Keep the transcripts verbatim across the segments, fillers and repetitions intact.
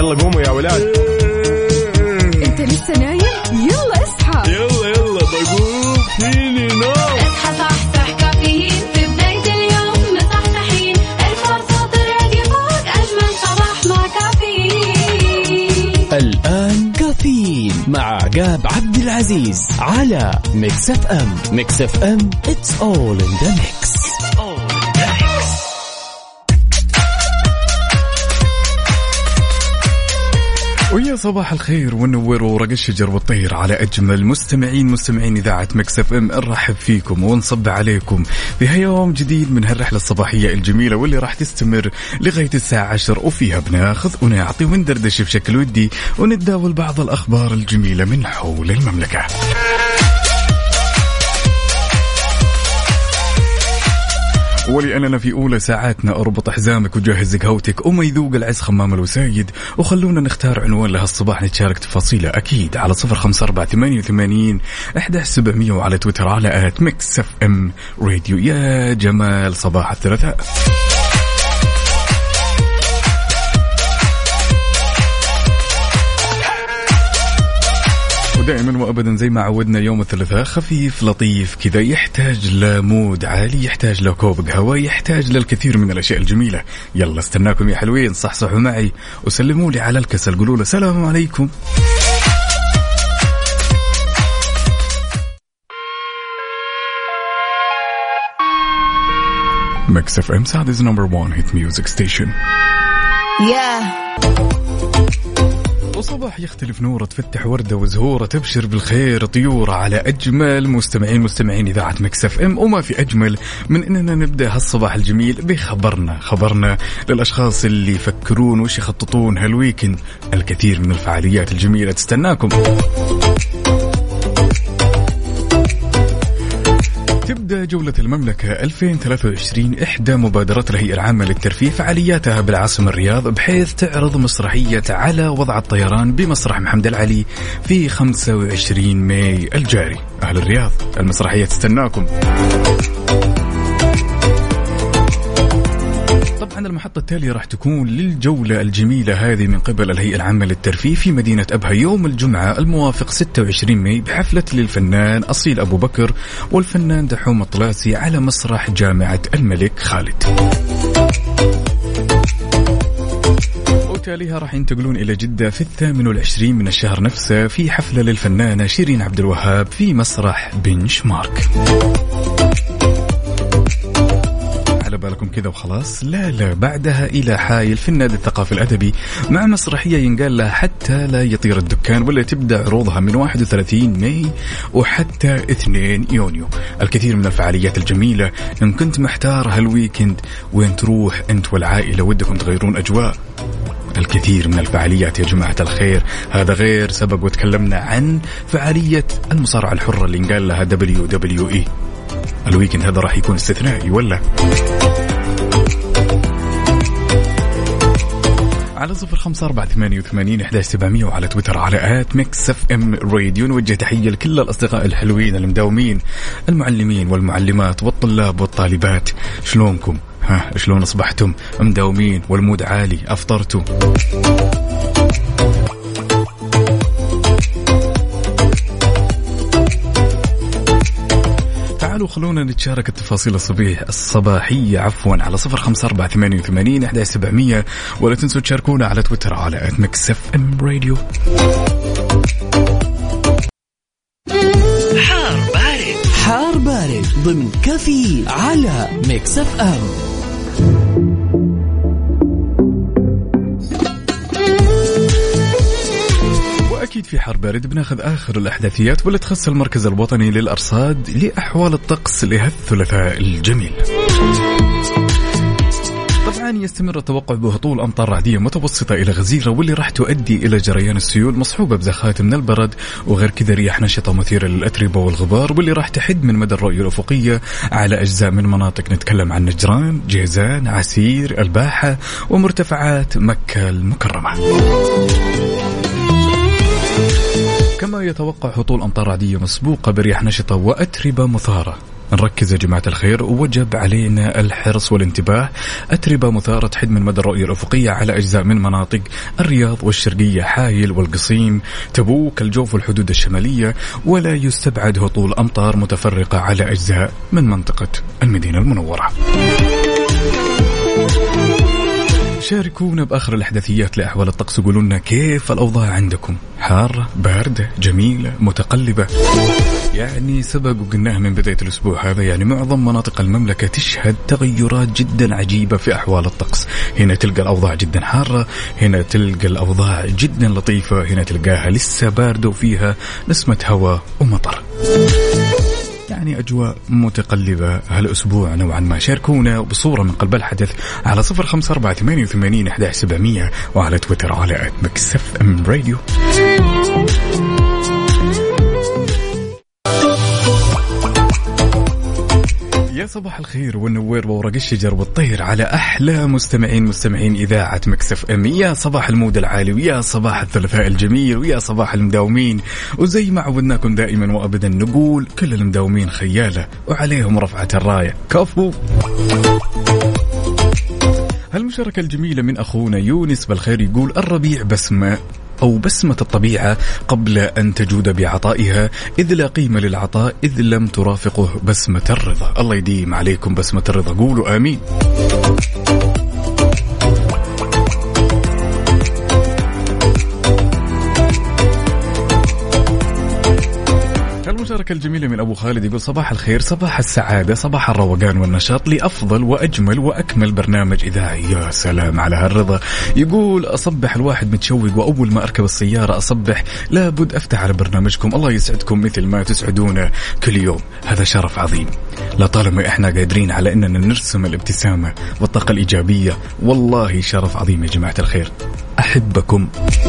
يلا قوموا يا ولاد. انت لسه نايم؟ يلا اصحى. يلا يلا بقوم فيني نوم. اصحى صحصح كافيين في بداية اليوم مصحصحين. الفرصة تراقي فوق أجمل صباح مع كافيين. الآن كافيين مع عقاب عبد العزيز على ميكس اف ام. ميكس اف ام it's all in the mix. ويا صباح الخير والنور ورق الشجر والطير على أجمل مستمعين مستمعين إذاعة ميكس اف ام. نرحب فيكم ونصب عليكم في يوم جديد من هالرحلة الصباحية الجميلة واللي راح تستمر لغاية الساعة عشر، وفيها بناخذ ونعطي وندردش بشكل ودي ونتداول بعض الأخبار الجميلة من حول المملكة. ولأننا في أولى ساعاتنا أربط حزامك وجهز قهوتك وما يذوق العز خمام الوسايد، وخلونا نختار عنوان لهالصباح نتشارك تفاصيله أكيد على صفر خمسة أربعة ثمانية ثمانين أحد عشر سبعمية وعلى تويتر على آت ميكس اف ام راديو. يا جمال صباح الثلاثاء. دائما وابدا زي ما عودنا يوم الثلاثاء خفيف لطيف كذا، يحتاج لمود عالي، يحتاج لكوب قهوه، يحتاج للكثير من الاشياء الجميله. يلا استناكم يا حلوين، صحصحوا معي وسلموا لي على الكسل، قولوا له السلام عليكم. ميكس اف ام سعوديز نمبر واحد هيت ميوزك ستيشن. يا وصباح يختلف نوره، تفتح وردة وزهورة، تبشر بالخير طيورة على أجمل مستمعين مستمعين إذاعة ميكس اف ام. وما في أجمل من أننا نبدأ هالصباح الجميل بخبرنا، خبرنا للأشخاص اللي يفكرون وش يخططون هالويكند. الكثير من الفعاليات الجميلة تستناكم. تبدأ جولة المملكة ألفين وثلاثة وعشرين إحدى مبادرات الهيئة العامة للترفيه فعالياتها بالعاصمة الرياض، بحيث تعرض مسرحية على وضع الطيران بمسرح محمد العلي في خمسة وعشرين ماي الجاري. أهل الرياض المسرحية تستناكم. طبعا المحطة التالية راح تكون للجولة الجميلة هذه من قبل الهيئة العامة للترفيه في مدينة أبها يوم الجمعة الموافق ستة وعشرين ماي بحفلة للفنان أصيل أبو بكر والفنان دحوم الطلاسي على مسرح جامعة الملك خالد. وتاليها راح ينتقلون إلى جدة في الثامن والعشرين من الشهر نفسه في حفلة للفنانة شيرين عبد الوهاب في مسرح بنش مارك. على بالكم كذا وخلاص؟ لا لا، بعدها إلى حايل في النادي الثقافي الأدبي مع مسرحية ينقال لها حتى لا يطير الدكان، واللي تبدأ عروضها من واحد وثلاثين ماي وحتى اثنين يونيو. الكثير من الفعاليات الجميلة. إن كنت محتار هالويكند وين تروح أنت والعائلة ودكم تغيرون أجواء، الكثير من الفعاليات يا جماعة الخير. هذا غير سبق وتكلمنا عن فعالية المصارعة الحرة اللي ينقال لها دبليو دبليو إي. الويكند هذا راح يكون استثنائي ولا؟ على صفر خمسة أربعة ثمانية ثمانين أحد عشر سبعمية وعلى تويتر على آت ميكس اف ام راديو. نوجه تحية لكل الأصدقاء الحلوين المداومين، المعلمين والمعلمات والطلاب والطالبات. شلونكم؟ ها شلون أصبحتم؟ مداومين والمود عالي؟ أفطرتوا؟ تعالوا خلونا نتشارك التفاصيل الصبيح الصباحية عفوا على صفر خمسة أربعة ثمانية ثمانين أحد عشر سبعمية، ولا تنسوا تشاركونا على تويتر على آت ميكس اف ام راديو. حار بارد، حار بارد ضمن كافي على ميكس اف ام. أكيد في حر بارد بناخذ آخر الأحداثيات واللي تخص المركز الوطني للأرصاد لأحوال الطقس لهالثلاثاء الجميل. طبعا يستمر التوقع بهطول أمطار رعدية متوسطة إلى غزيرة، واللي راح تؤدي إلى جريان السيول مصحوبة بزخات من البرد، وغير كذا رياح نشطة مثيرة للأتربة والغبار، واللي راح تحد من مدى الرؤية الأفقية على أجزاء من مناطق نتكلم عن نجران، جيزان، عسير، الباحة ومرتفعات مكة المكرمة. كما يتوقع هطول أمطار رعدية مسبوقة برياح نشطة وأتربة مثارة نركز يا جماعة الخير، ووجب علينا الحرص والانتباه. أتربة مثارة تحد من مدى الرؤية الأفقية على أجزاء من مناطق الرياض والشرقية، حايل والقصيم، تبوك، الجوف والحدود الشمالية، ولا يستبعد هطول أمطار متفرقة على أجزاء من منطقة المدينة المنورة. شاركونا بآخر الأحداثيات لأحوال الطقس، قولوا لنا كيف الأوضاع عندكم، حارة، باردة، جميلة، متقلبة. يعني سبق وقلناها من بداية الأسبوع هذا، يعني معظم مناطق المملكة تشهد تغيرات جدا عجيبة في أحوال الطقس. هنا تلقى الأوضاع جدا حارة، هنا تلقى الأوضاع جدا لطيفة، هنا تلقاها لسه باردة وفيها نسمة هواء ومطر. يعني أجواء متقلبة هالأسبوع نوعا ما. شاركونا بصورة من قلب الحدث على صفر خمسة أربعة ثمانية وثمانين أحد عشر سبعمية وعلى تويتر على آت ميكس إف إم راديو. يا صباح الخير والنوير وورق الشجر والطير على أحلى مستمعين مستمعين إذاعة ميكس إف إم. يا صباح المود العالي، ويا صباح الثلاثاء الجميل، ويا صباح المداومين. وزي ما عودناكم دائما وأبدا نقول كل المداومين خيالة وعليهم رفعة الراية، كفو. هالمشاركة الجميلة من أخونا يونس بالخير يقول الربيع بسمة أو بسمة الطبيعة قبل أن تجود بعطائها، إذ لا قيمة للعطاء إذ لم ترافقه بسمة الرضا. الله يديم عليكم بسمة الرضا، قولوا آمين. المشاركة الجميلة من أبو خالد يقول صباح الخير، صباح السعادة، صباح الروقان والنشاط لأفضل وأجمل وأكمل برنامج إذاعي. يا سلام على هالرضا. يقول أصبح الواحد متشوق، وأول ما أركب السيارة أصبح لابد أفتح على برنامجكم. الله يسعدكم مثل ما تسعدونا كل يوم، هذا شرف عظيم. لطالما إحنا قادرين على أننا نرسم الابتسامة والطاقة الإيجابية، والله شرف عظيم يا جماعة الخير. أحبكم.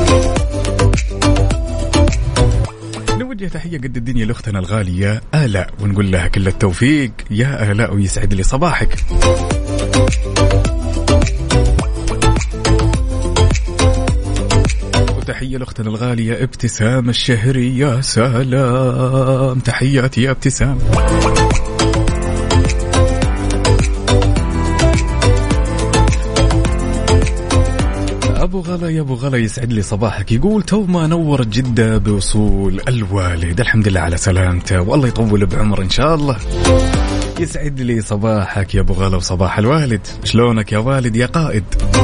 نوجه تحية قد الدنيا لأختنا الغالية آلاء، ونقول لها كل التوفيق يا آلاء، ويسعد لي صباحك. وتحية لأختنا الغالية ابتسام الشهري، يا سلام، تحياتي يا ابتسام. أبو غلا، يا أبو غلا يسعد لي صباحك. يقول تو ما نورت جدة بوصول الوالد، الحمد لله على سلامته، والله يطول بعمر إن شاء الله. يسعد لي صباحك يا أبو غلا وصباح الوالد. شلونك يا والد يا قائد؟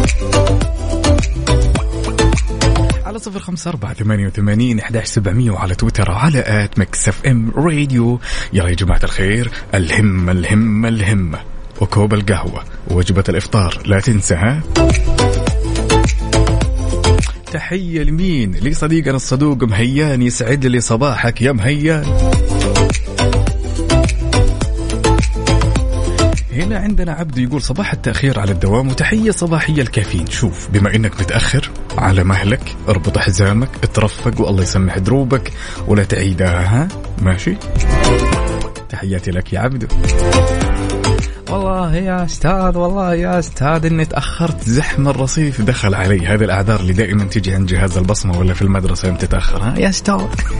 على صفر خمسة أربعة ثمانية وثمانين أحد عشر سبعمية وعلى تويتر على آت ميكس إف إم راديو. يا جماعة الخير، الهمة الهمة الهمة وكوب القهوة ووجبة الإفطار لا تنسى، ها؟ تحية لمين؟ لي صديقنا الصدوق مهيان، يسعد لي صباحك يا مهيان. هنا عندنا عبد يقول صباح التأخير على الدوام وتحية صباحية الكافيين. شوف، بما انك متأخر على مهلك اربط حزامك، اترفق والله يسمح دروبك ولا تعيدها، ها؟ ماشي؟ تحياتي لك يا عبد. والله يا أستاذ، والله يا أستاذ إني تأخرت، زحمة الرصيف دخل علي. هذه الأعذار اللي دائما تيجي عند جهاز البصمة ولا في المدرسة يوم تتأخر، ها يا أستاذ.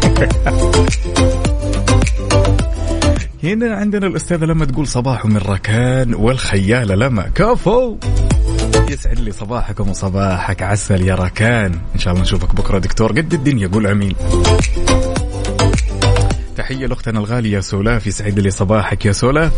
هنا عندنا الأستاذة لما تقول صباح من ركان والخيالة لما، كفو. يسعد لي صباحكم وصباحك عسل يا ركان، إن شاء الله نشوفك بكرة دكتور قد الدنيا، قول أمين. تحية لأختنا الغالية سولاف، يسعد لي صباحك يا سولاف.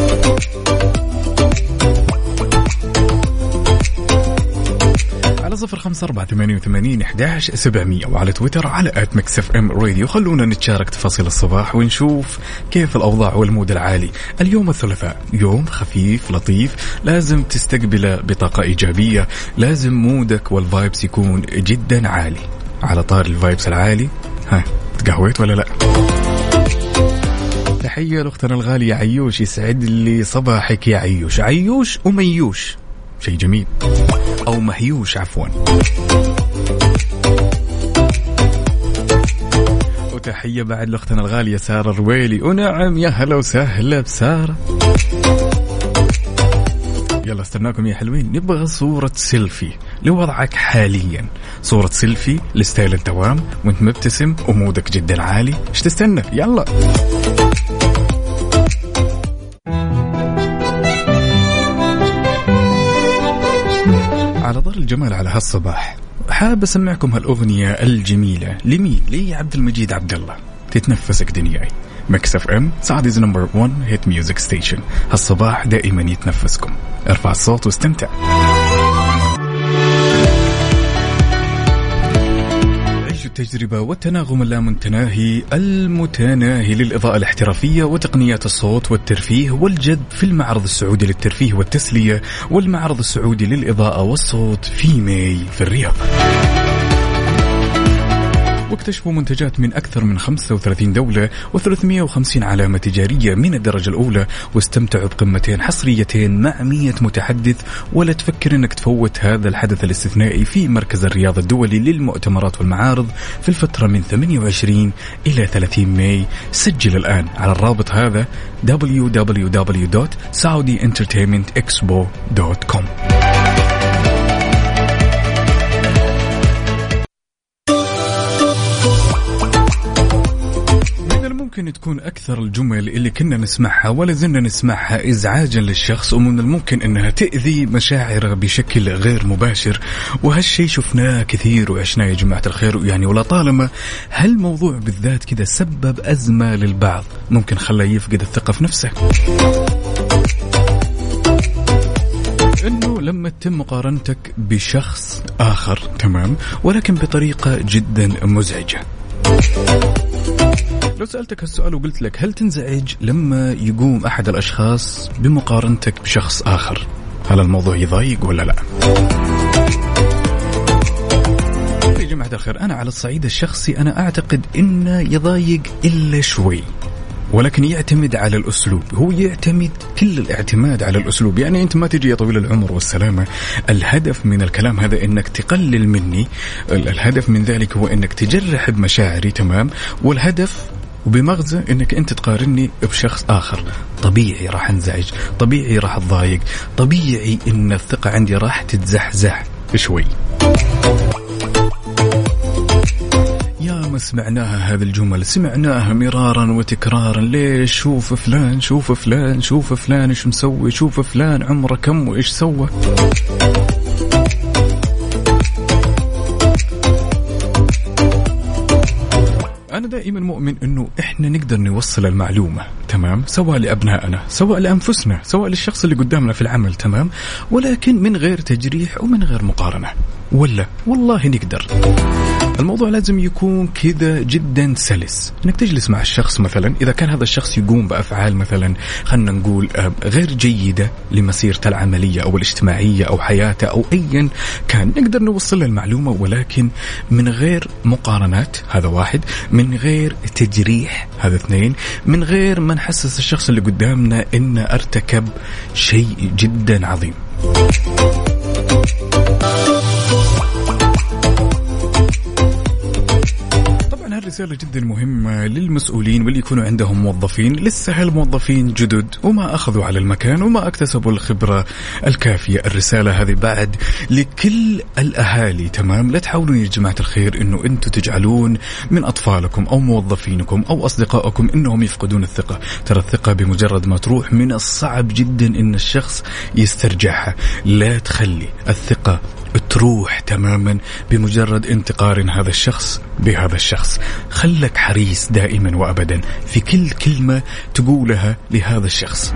على صفر خمسة أربعة ثمانية وثمانين أحد عشر سبعمية وعلى تويتر على آت ميكس إف إم راديو. خلونا نتشارك تفاصيل الصباح ونشوف كيف الأوضاع والمود العالي. اليوم الثلاثاء، يوم خفيف لطيف، لازم تستقبله بطاقة إيجابية، لازم مودك والفايبس يكون جدا عالي. على طار الفايبس العالي، ها تقهويت ولا لا؟ تحية لأختنا الغالية عيوش، يسعد لي صباحك يا عيوش. عيوش وميوش شيء جميل، أو مهيوش عفوا. وتحية بعد لأختنا الغالية سارة الرويلي، ونعم يا هلا وسهلا بسارة. يلا استناكم يا حلوين، نبغى صورة سيلفي لوضعك حاليا، صورة سيلفي لستايل الدوام وانت مبتسم ومودك جدا عالي. ايش تستنى؟ يلا صار الجمال على هالصباح. حاب أسمعكم هالأغنية الجميلة لمين؟ لي عبد المجيد عبد الله، تتنفسك دنياي. ميكس اف ام سعوديز نمبر واحد هيت ميوزك ستيشن. هالصباح دائما يتنفسكم. ارفع الصوت واستمتع. التجربة والتناغم اللامتناهي المتناهي للإضاءة الاحترافية وتقنيات الصوت والترفيه والجذب في المعرض السعودي للترفيه والتسلية والمعرض السعودي للإضاءة والصوت في ماي في الرياض. واكتشفوا منتجات من أكثر من خمسة وثلاثين دولة وثلاثمائة وخمسين علامة تجارية من الدرجة الأولى، واستمتعوا بقمتين حصريتين مع مية متحدث. ولا تفكر أنك تفوت هذا الحدث الاستثنائي في مركز الرياض الدولي للمؤتمرات والمعارض في الفترة من ثمانية وعشرين إلى ثلاثين ماي. سجل الآن على الرابط هذا دبليو دبليو دبليو دوت سعودي انترتينمنت اكسبو دوت كوم. ممكن تكون أكثر الجمل اللي كنا نسمعها ولا زلنا نسمعها إزعاجا للشخص، ومن الممكن أنها تأذي مشاعره بشكل غير مباشر. وهالشي شفناه كثير وعشناه يا جماعة الخير يعني. ولطالما هالموضوع بالذات كده سبب أزمة للبعض، ممكن خلاه يفقد الثقة في نفسه. إنه لما تتم مقارنتك بشخص آخر تمام، ولكن بطريقة جدا مزعجة. لو سألتك هالسؤال وقلت لك هل تنزعج لما يقوم أحد الأشخاص بمقارنتك بشخص آخر، هل الموضوع يضايق ولا لا؟ يا جماعة الخير، أنا على الصعيد الشخصي أنا أعتقد إنه يضايق إلا شوي، ولكن يعتمد على الأسلوب. هو يعتمد كل الاعتماد على الأسلوب. يعني أنت ما تجي يا طويل العمر والسلامة الهدف من الكلام هذا إنك تقلل مني، الهدف من ذلك هو إنك تجرح بمشاعري تمام، والهدف وبمغزى إنك أنت تقارني بشخص آخر. طبيعي راح انزعج، طبيعي راح اتضايق، طبيعي إن الثقة عندي راح تتزحزح شوي. ما سمعناها هذه الجمل، سمعناها مرارا وتكرارا. ليش؟ شوف فلان شوف فلان شوف فلان ايش مسوي، شوف فلان عمره كم وايش سوى. أنا دائما مؤمن أنه إحنا نقدر نوصل المعلومة تمام، سواء لأبنائنا سواء لأنفسنا سواء للشخص اللي قدامنا في العمل تمام، ولكن من غير تجريح ومن غير مقارنة. ولا والله نقدر. الموضوع لازم يكون كذا جدا سلس، انك تجلس مع الشخص مثلا اذا كان هذا الشخص يقوم بافعال مثلا خلنا نقول غير جيده لمسيرته العمليه او الاجتماعيه او حياته او ايا كان، نقدر نوصل له المعلومه ولكن من غير مقارنات، هذا واحد، من غير تجريح، هذا اثنين، من غير ما نحسس الشخص اللي قدامنا انه ارتكب شيء جدا عظيم. رسالة جدا مهمة للمسؤولين واللي يكونوا عندهم موظفين لسه هالموظفين جدد وما أخذوا على المكان وما اكتسبوا الخبرة الكافية. الرسالة هذه بعد لكل الأهالي تمام، لا تحاولون يا جماعة الخير إنه أنتوا تجعلون من أطفالكم أو موظفينكم أو أصدقائكم إنهم يفقدون الثقة. ترى الثقة بمجرد ما تروح من الصعب جدا إن الشخص يسترجعها. لا تخلي الثقة تروح تماما بمجرد أن تقارن هذا الشخص بهذا الشخص. خلك حريص دائما وأبدا في كل كلمة تقولها لهذا الشخص.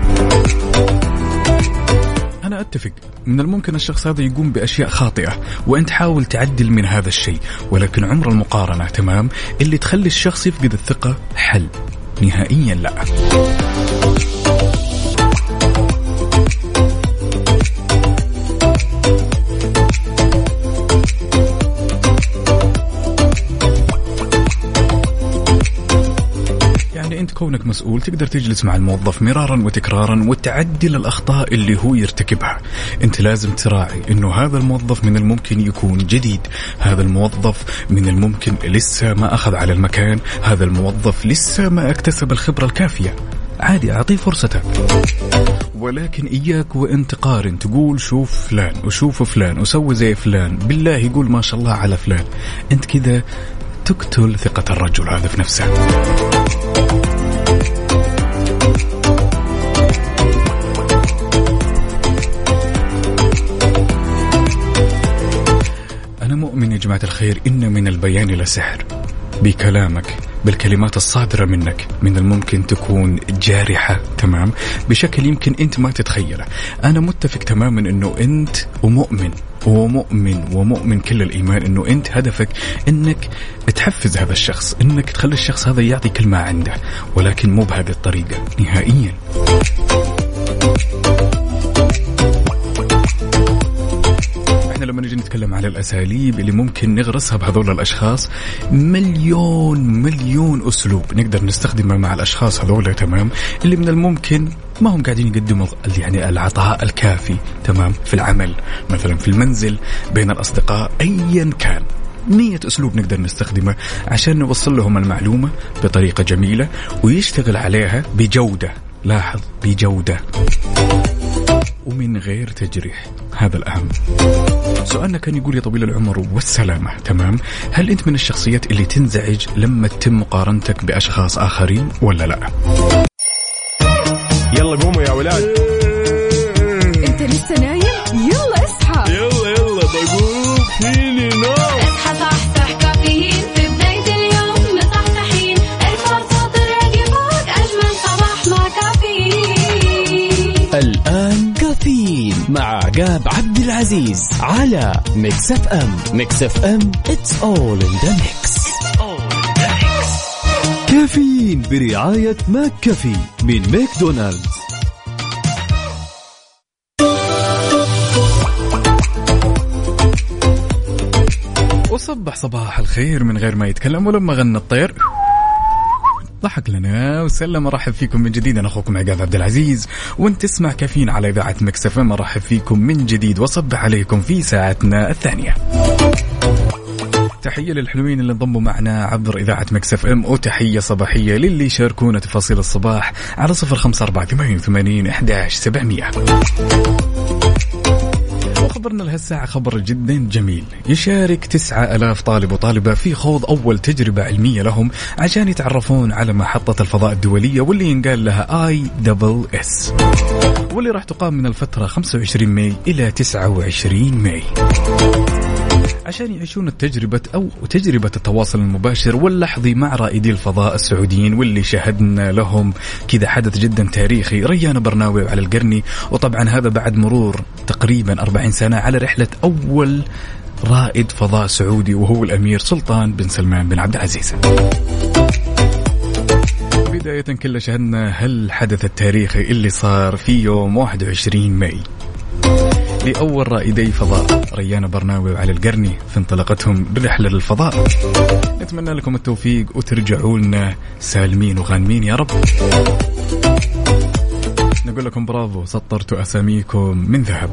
أنا أتفق، من الممكن الشخص هذا يقوم بأشياء خاطئة وأنت حاول تعدل من هذا الشيء، ولكن عمر المقارنة تمام اللي تخلي الشخص يفقد الثقة حل نهائيا لا. أنت كونك مسؤول تقدر تجلس مع الموظف مرارا وتكرارا وتعدل الأخطاء اللي هو يرتكبها. أنت لازم تراعي أنه هذا الموظف من الممكن يكون جديد، هذا الموظف من الممكن لسه ما أخذ على المكان، هذا الموظف لسه ما اكتسب الخبرة الكافية. عادي، أعطيه فرصته، ولكن إياك وأنت قارن تقول شوف فلان وشوف فلان وسوي زي فلان، بالله يقول ما شاء الله على فلان. أنت كذا تقتل ثقة الرجل هذا في نفسه. مؤمن يا جماعة الخير إن من البيان لسحر. بكلامك، بالكلمات الصادرة منك، من الممكن تكون جارحة تمام بشكل يمكن أنت ما تتخيله. أنا متفق تماما أنه أنت ومؤمن ومؤمن ومؤمن كل الإيمان أنه أنت هدفك أنك تحفز هذا الشخص، أنك تخلي الشخص هذا يعطي كل ما عنده، ولكن مو بهذه الطريقة نهائيا. لما نجي نتكلم على الأساليب اللي ممكن نغرسها بهذول الأشخاص، مليون مليون أسلوب نقدر نستخدمه مع الأشخاص هذول تمام، اللي من الممكن ما هم قاعدين يقدموا يعني العطاء الكافي تمام في العمل مثلا، في المنزل، بين الأصدقاء، أيا كان. مية أسلوب نقدر نستخدمه عشان نوصل لهم المعلومة بطريقة جميلة ويشتغل عليها بجودة. لاحظ، بجودة ومن غير تجريح، هذا الأهم. سؤالنا كان يقول يا طويل العمر والسلامة تمام، هل أنت من الشخصيات اللي تنزعج لما تتم مقارنتك بأشخاص آخرين ولا لا؟ يلا قوموا يا ولاد. انت لسه نايم؟ يلا اصحى. يلا يلا بقوم فيني نوم. اصحى صحصح كافيين في بداية اليوم مصحصحين، الفرصة تراقي فوق أجمل صباح مع كافيين. الآن كافيين مع عقاب عبد العزيز على ميكس اف ام. ميكس اف ام it's all in the mix. كافيين برعاية ماك كافي من ماكدونالدز. وصبح صباح الخير من غير ما يتكلم، ولما غنى الطير ضحك لنا وسلم. ارحب فيكم من جديد، انا اخوكم عقاب عبد العزيز وانت تسمع كافيين على اذاعه ميكس اف ام. ارحب فيكم من جديد وصبح عليكم في ساعتنا الثانيه. تحيه للحلوين اللي انضموا معنا عبر اذاعه ميكس اف ام، وتحيه صباحيه للي يشاركونا تفاصيل الصباح على صفر خمسة أربعة ثمانية ثمانين أحد عشر سبعمية. خبرنا لهالساعة خبر جدا جميل، يشارك تسعة ألاف طالب وطالبة في خوض أول تجربة علمية لهم عشان يتعرفون على محطة الفضاء الدولية واللي ينقال لها آي دبل إس، واللي راح تقام من الفترة خمسة وعشرين ماي إلى تسعة وعشرين ماي عشان يعيشون التجربة أو تجربة التواصل المباشر واللحظي مع رائدي الفضاء السعوديين، واللي شاهدنا لهم كذا حدث جدا تاريخي، ريان برناوي وعلى القرني. وطبعا هذا بعد مرور تقريبا أربعين سنة على رحلة أول رائد فضاء سعودي وهو الأمير سلطان بن سلمان بن عبد العزيز. بداية كله شاهدنا هالحدث التاريخي اللي صار في يوم واحد وعشرين ماي لأول رائدي فضاء ريان برناوي وعلى القرني في انطلاقتهم برحلة للفضاء. نتمنى لكم التوفيق وترجعوا لنا سالمين وغانمين يا رب. نقول لكم برافو، سطرتوا أساميكم من ذهب.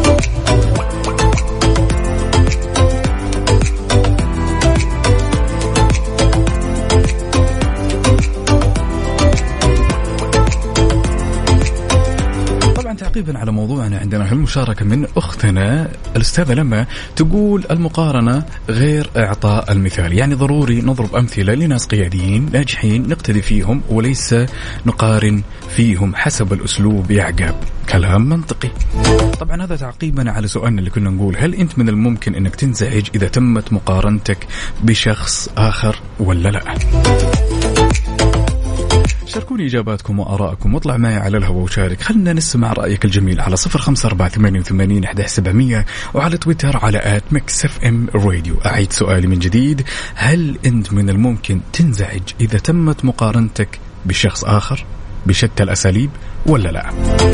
تعقيبا على موضوعنا، عندنا هالمشاركة من أختنا الأستاذة لما تقول المقارنة غير إعطاء المثال، يعني ضروري نضرب أمثلة لناس قياديين ناجحين نقتدي فيهم وليس نقارن فيهم حسب الأسلوب يا عقاب. كلام منطقي. طبعا هذا تعقيبا على سؤالنا اللي كنا نقول، هل أنت من الممكن أنك تنزعج إذا تمت مقارنتك بشخص آخر ولا لا؟ شاركوني إجاباتكم وآراءكم واطلع معي على الهواء وشارك. خلنا نسمع رأيك الجميل على صفر خمسة أربعة ثمانية ثمانين أحد عشر سبعمية وعلى تويتر على آت ميكس اف ام راديو. أعيد سؤالي من جديد، هل أنت من الممكن تنزعج إذا تمت مقارنتك بشخص آخر بشتى الأساليب ولا لا؟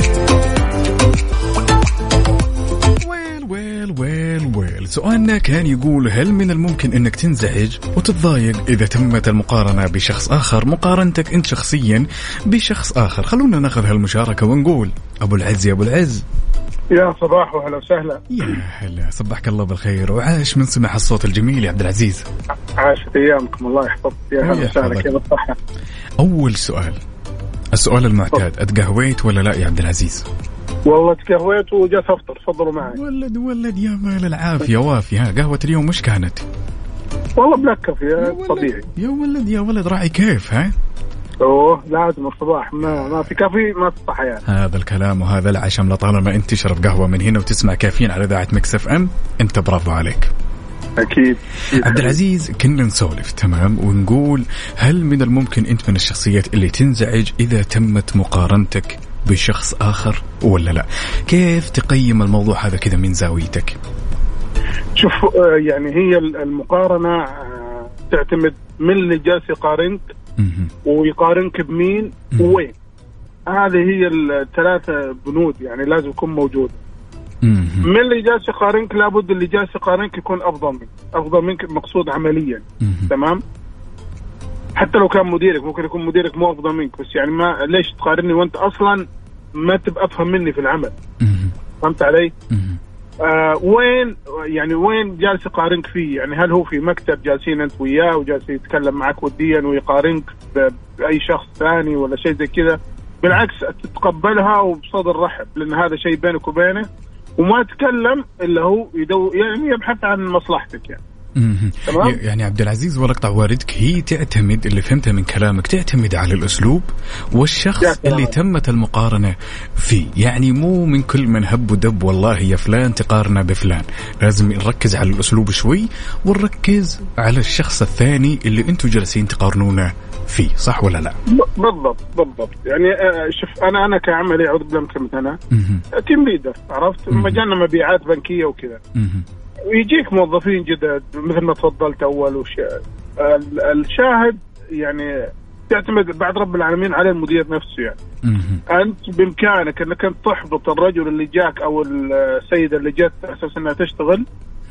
ويل ويل ويل سؤالنا كان يقول، هل من الممكن أنك تنزعج وتتضايق إذا تمت المقارنة بشخص آخر، مقارنتك أنت شخصيا بشخص آخر؟ خلونا ناخذ هالمشاركة ونقول أبو العز يا أبو العز. يا صباح وهلا وسهلا. يا هلا، صبحك الله بالخير وعاش من سمع الصوت الجميل يا عبد العزيز. عاشت أيامكم الله يحفظك. يا هلا وسهلا، كيف الصحة؟ أول سؤال، السؤال المعتاد، أتقهويت ولا لا يا عبد العزيز؟ والله تقهويت وجات أفطر، تفضلوا معي. ولد ولد يا مال العافية وافي. ها قهوة اليوم مش كانت؟ والله بلاك كافي طبيعي. يا ولد يا ولد راعي كيف. ها اوه لازم الصباح ما ما في كافي ما تصح حياة. هذا الكلام وهذا العشم، لطالما انت تشرب قهوة من هنا وتسمع كافيين على إذاعة ميكس اف ام، انت برافو عليك. أكيد. عبد العزيز كنا نسولف تمام ونقول هل من الممكن أنت من الشخصيات اللي تنزعج إذا تمت مقارنتك بشخص آخر ولا لا؟ كيف تقيم الموضوع هذا كذا من زاويتك؟ شوف يعني هي المقارنة تعتمد من اللي جالس يقارنك ويقارنك بمين وين. هذه هي الثلاثة بنود يعني لازم يكون موجود. من اللي جالس يقارنك لابد اللي جالس يقارنك يكون أفضل منك، أفضل منك مقصود عمليا. تمام. حتى لو كان مديرك ممكن يكون مديرك مو أفضل منك، بس يعني ما ليش تقارني وأنت أصلا ما تبقى أفهم مني في العمل. فهمت علي؟ آه وين يعني وين جالس يقارنك فيه؟ يعني هل هو في مكتب جالسين أنت وياه وجالس يتكلم معك وديا ويقارنك بأي شخص ثاني ولا شيء زي كذا؟ بالعكس تتقبلها وبصدر رحب، لأن هذا شيء بينك وبينه، وما تكلم إلا هو يدو يعني يبحث عن مصلحتك يعني. تمام؟ يعني عبد العزيز ولا اقطع واردك، هي تعتمد اللي فهمته من كلامك تعتمد على الأسلوب والشخص اللي تمت المقارنة فيه. يعني مو من كل من هب ودب والله يا فلان تقارنه بفلان، لازم نركز على الأسلوب شوي ونركز على الشخص الثاني اللي انتوا جالسين تقارنونه فيه، صح ولا لا؟ بالضبط بالضبط. يعني شوف أنا أنا كعملي أعوذ بالله من كلمة أنا تيم ليدر، عرفت مجالنا مبيعات بنكية وكذا، ويجيك موظفين جدد مثل ما تفضلت أول وشاهد. الشاهد يعني تعتمد بعد رب العالمين على المدير نفسه. يعني أنت بإمكانك أنك أنت تحبط الرجل اللي جاك أو السيدة اللي جت أساس أنها تشتغل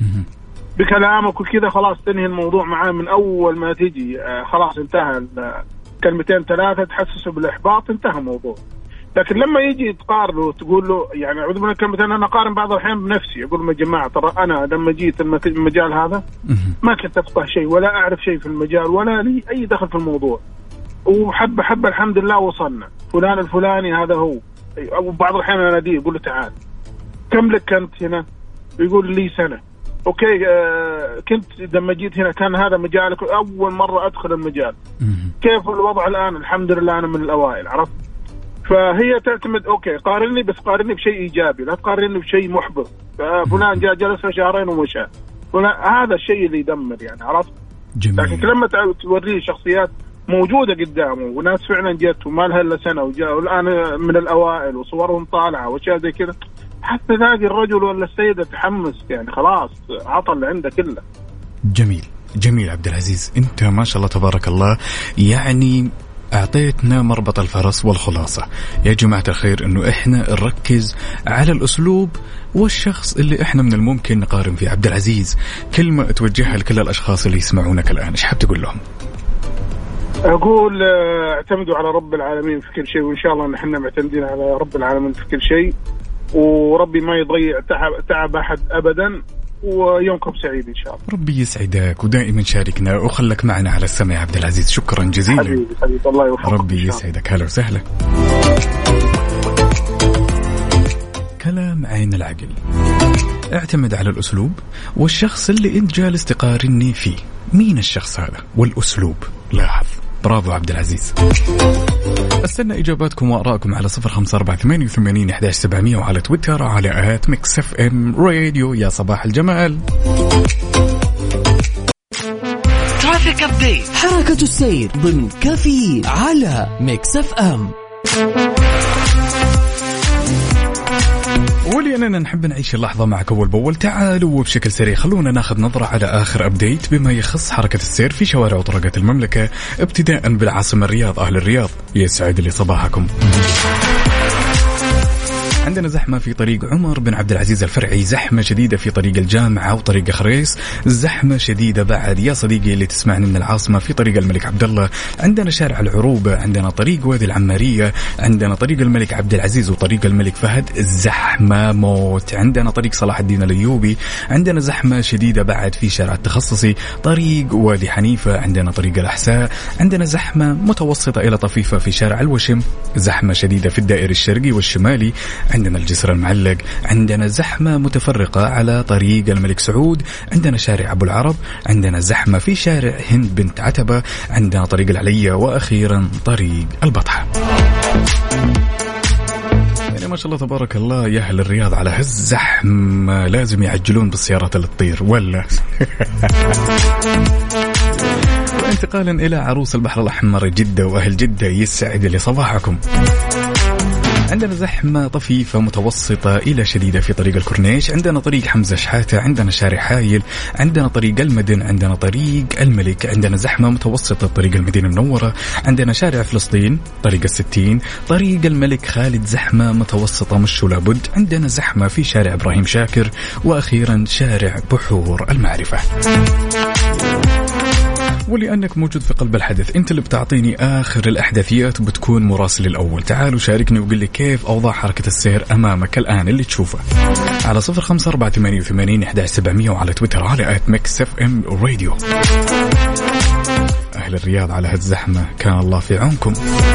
بكلامك وكذا، خلاص تنهي الموضوع معاه من أول ما تيجي. خلاص انتهى، كلمتين ثلاثة تحسسه بالإحباط انتهى الموضوع. لكن لما يجي تقارنه وتقول له يعني أعوذ بالله كلمتين، أنا أقارن بعض الأحيان بنفسي، أقول لهم يا جماعة ترى أنا لما جيت المجال هذا ما كنت أفقه شيء ولا أعرف شيء في المجال ولا لي أي دخل في الموضوع، وحبة حبة الحمد لله وصلنا فلان الفلاني هذا هو. وبعض الأحيان أنا أديه أقول له تعال كم لك كنت هنا؟ يقول لي سنة. أوكي آه كنت لما جيت هنا كان هذا مجالك أول مرة أدخل المجال، كيف الوضع الآن؟ الحمد لله أنا من الأوائل، عرفت؟ فهي تعتمد أوكي قارني، بس قارني بشيء إيجابي، لا تقارني بشيء محبط. فلان جاء جلس شهرين ومشى، هذا الشيء اللي يدمر يعني، عرفت؟ جميل. لكن لما توريه شخصيات موجودة قدامه وناس فعلا جت وما لها إلا سنة وجاء والآن من الأوائل وصورهم طالعة وأشياء زي كذا، حتى ذاك الرجل ولا السيدة تحمس يعني، خلاص عطى اللي عنده كله. جميل جميل عبد العزيز، أنت ما شاء الله تبارك الله يعني أعطيتنا مربط الفرس والخلاصة يا جماعة الخير، إنه إحنا نركز على الأسلوب والشخص اللي إحنا من الممكن نقارن فيه. عبد العزيز كلمة توجهها لكل الأشخاص اللي يسمعونك الآن، إيش حاب تقول لهم؟ أقول اعتمدوا على رب العالمين في كل شيء، وإن شاء الله نحن معتمدين على رب العالمين في كل شيء، وربي ما يضيع تعب, تعب أحد أبدا، ويومكم سعيد إن شاء الله. ربي يسعدك ودائما شاركنا وخلك معنا على السمع يا عبد العزيز، شكرا جزيلا. حبيبي حبيبي الله يوفقك. ربي يسعدك، هلا وسهلا. كلام عين العقل، اعتمد على الأسلوب والشخص اللي انت جالس تقارني فيه. مين الشخص هذا والأسلوب؟ لاحظ. برافو عبد العزيز. استنى إجاباتكم وآرائكم على صفر خمسة أربعة ثمانية وثمانين أحد عشر سبعمية وعلى تويتر على آت ميكس اف ام راديو. يا صباح الجمال. ترافيك أبديت، حركة السير ضمن كافيين على ميكس اف ام. ولأننا نحب نعيش اللحظة معك أول بأول، تعالوا وبشكل سريع خلونا ناخذ نظرة على آخر أبديت بما يخص حركة السير في شوارع وطرقات المملكة، ابتداء بالعاصمة الرياض. أهل الرياض يسعد لي صباحكم. عندنا زحمة في طريق عمر بن عبد العزيز الفرعي، زحمة شديدة في طريق الجامعة وطريق خريس، زحمة شديدة بعد يا صديقي اللي تسمعني من العاصمة في طريق الملك عبد الله، عندنا شارع العروبة، عندنا طريق وادي العمارية، عندنا طريق الملك عبد العزيز وطريق الملك فهد زحمة موت، عندنا طريق صلاح الدين الأيوبي، عندنا زحمة شديدة بعد في شارع التخصصي، طريق وادي حنيفة، عندنا طريق الأحساء، عندنا زحمة متوسطة إلى طفيفة في شارع الوشم، زحمة شديدة في الدائري الشرقي والشمالي، عندنا الجسر المعلق، عندنا زحمة متفرقة على طريق الملك سعود، عندنا شارع أبو العرب، عندنا زحمة في شارع هند بنت عتبة، عندنا طريق العلية، وأخيرا طريق البطحة. ما شاء الله تبارك الله يا أهل الرياض على هالزحمة لازم يعجلون بالسيارات اللي تطير ولا. وانتقالا إلى عروس البحر الأحمر جدة وأهل جدة يسعد لي صباحكم. عندنا زحمة طفيفة متوسطة إلى شديدة في طريق الكورنيش، عندنا طريق حمزة شحاتة، عندنا شارع حايل، عندنا طريق المدن، عندنا طريق الملك، عندنا زحمة متوسطة طريق المدينة المنورة، عندنا شارع فلسطين طريق الستين، طريق الملك خالد زحمة متوسطة مش لابد، عندنا زحمة في شارع إبراهيم شاكر، وأخيرا شارع بحور المعرفة. ولأنك موجود في قلب الحدث أنت اللي بتعطيني آخر الأحداثيات وبتكون مراسل الأول. تعالوا شاركني وقل لي كيف أوضاع حركة السير أمامك الآن اللي تشوفه على صفر خمسة أربعة ثمانية ثمانين أحد عشر سبعمية وعلى تويتر على آت ميكس اف ام راديو. أهل الرياض على هالزحمة كان الله في عونكم.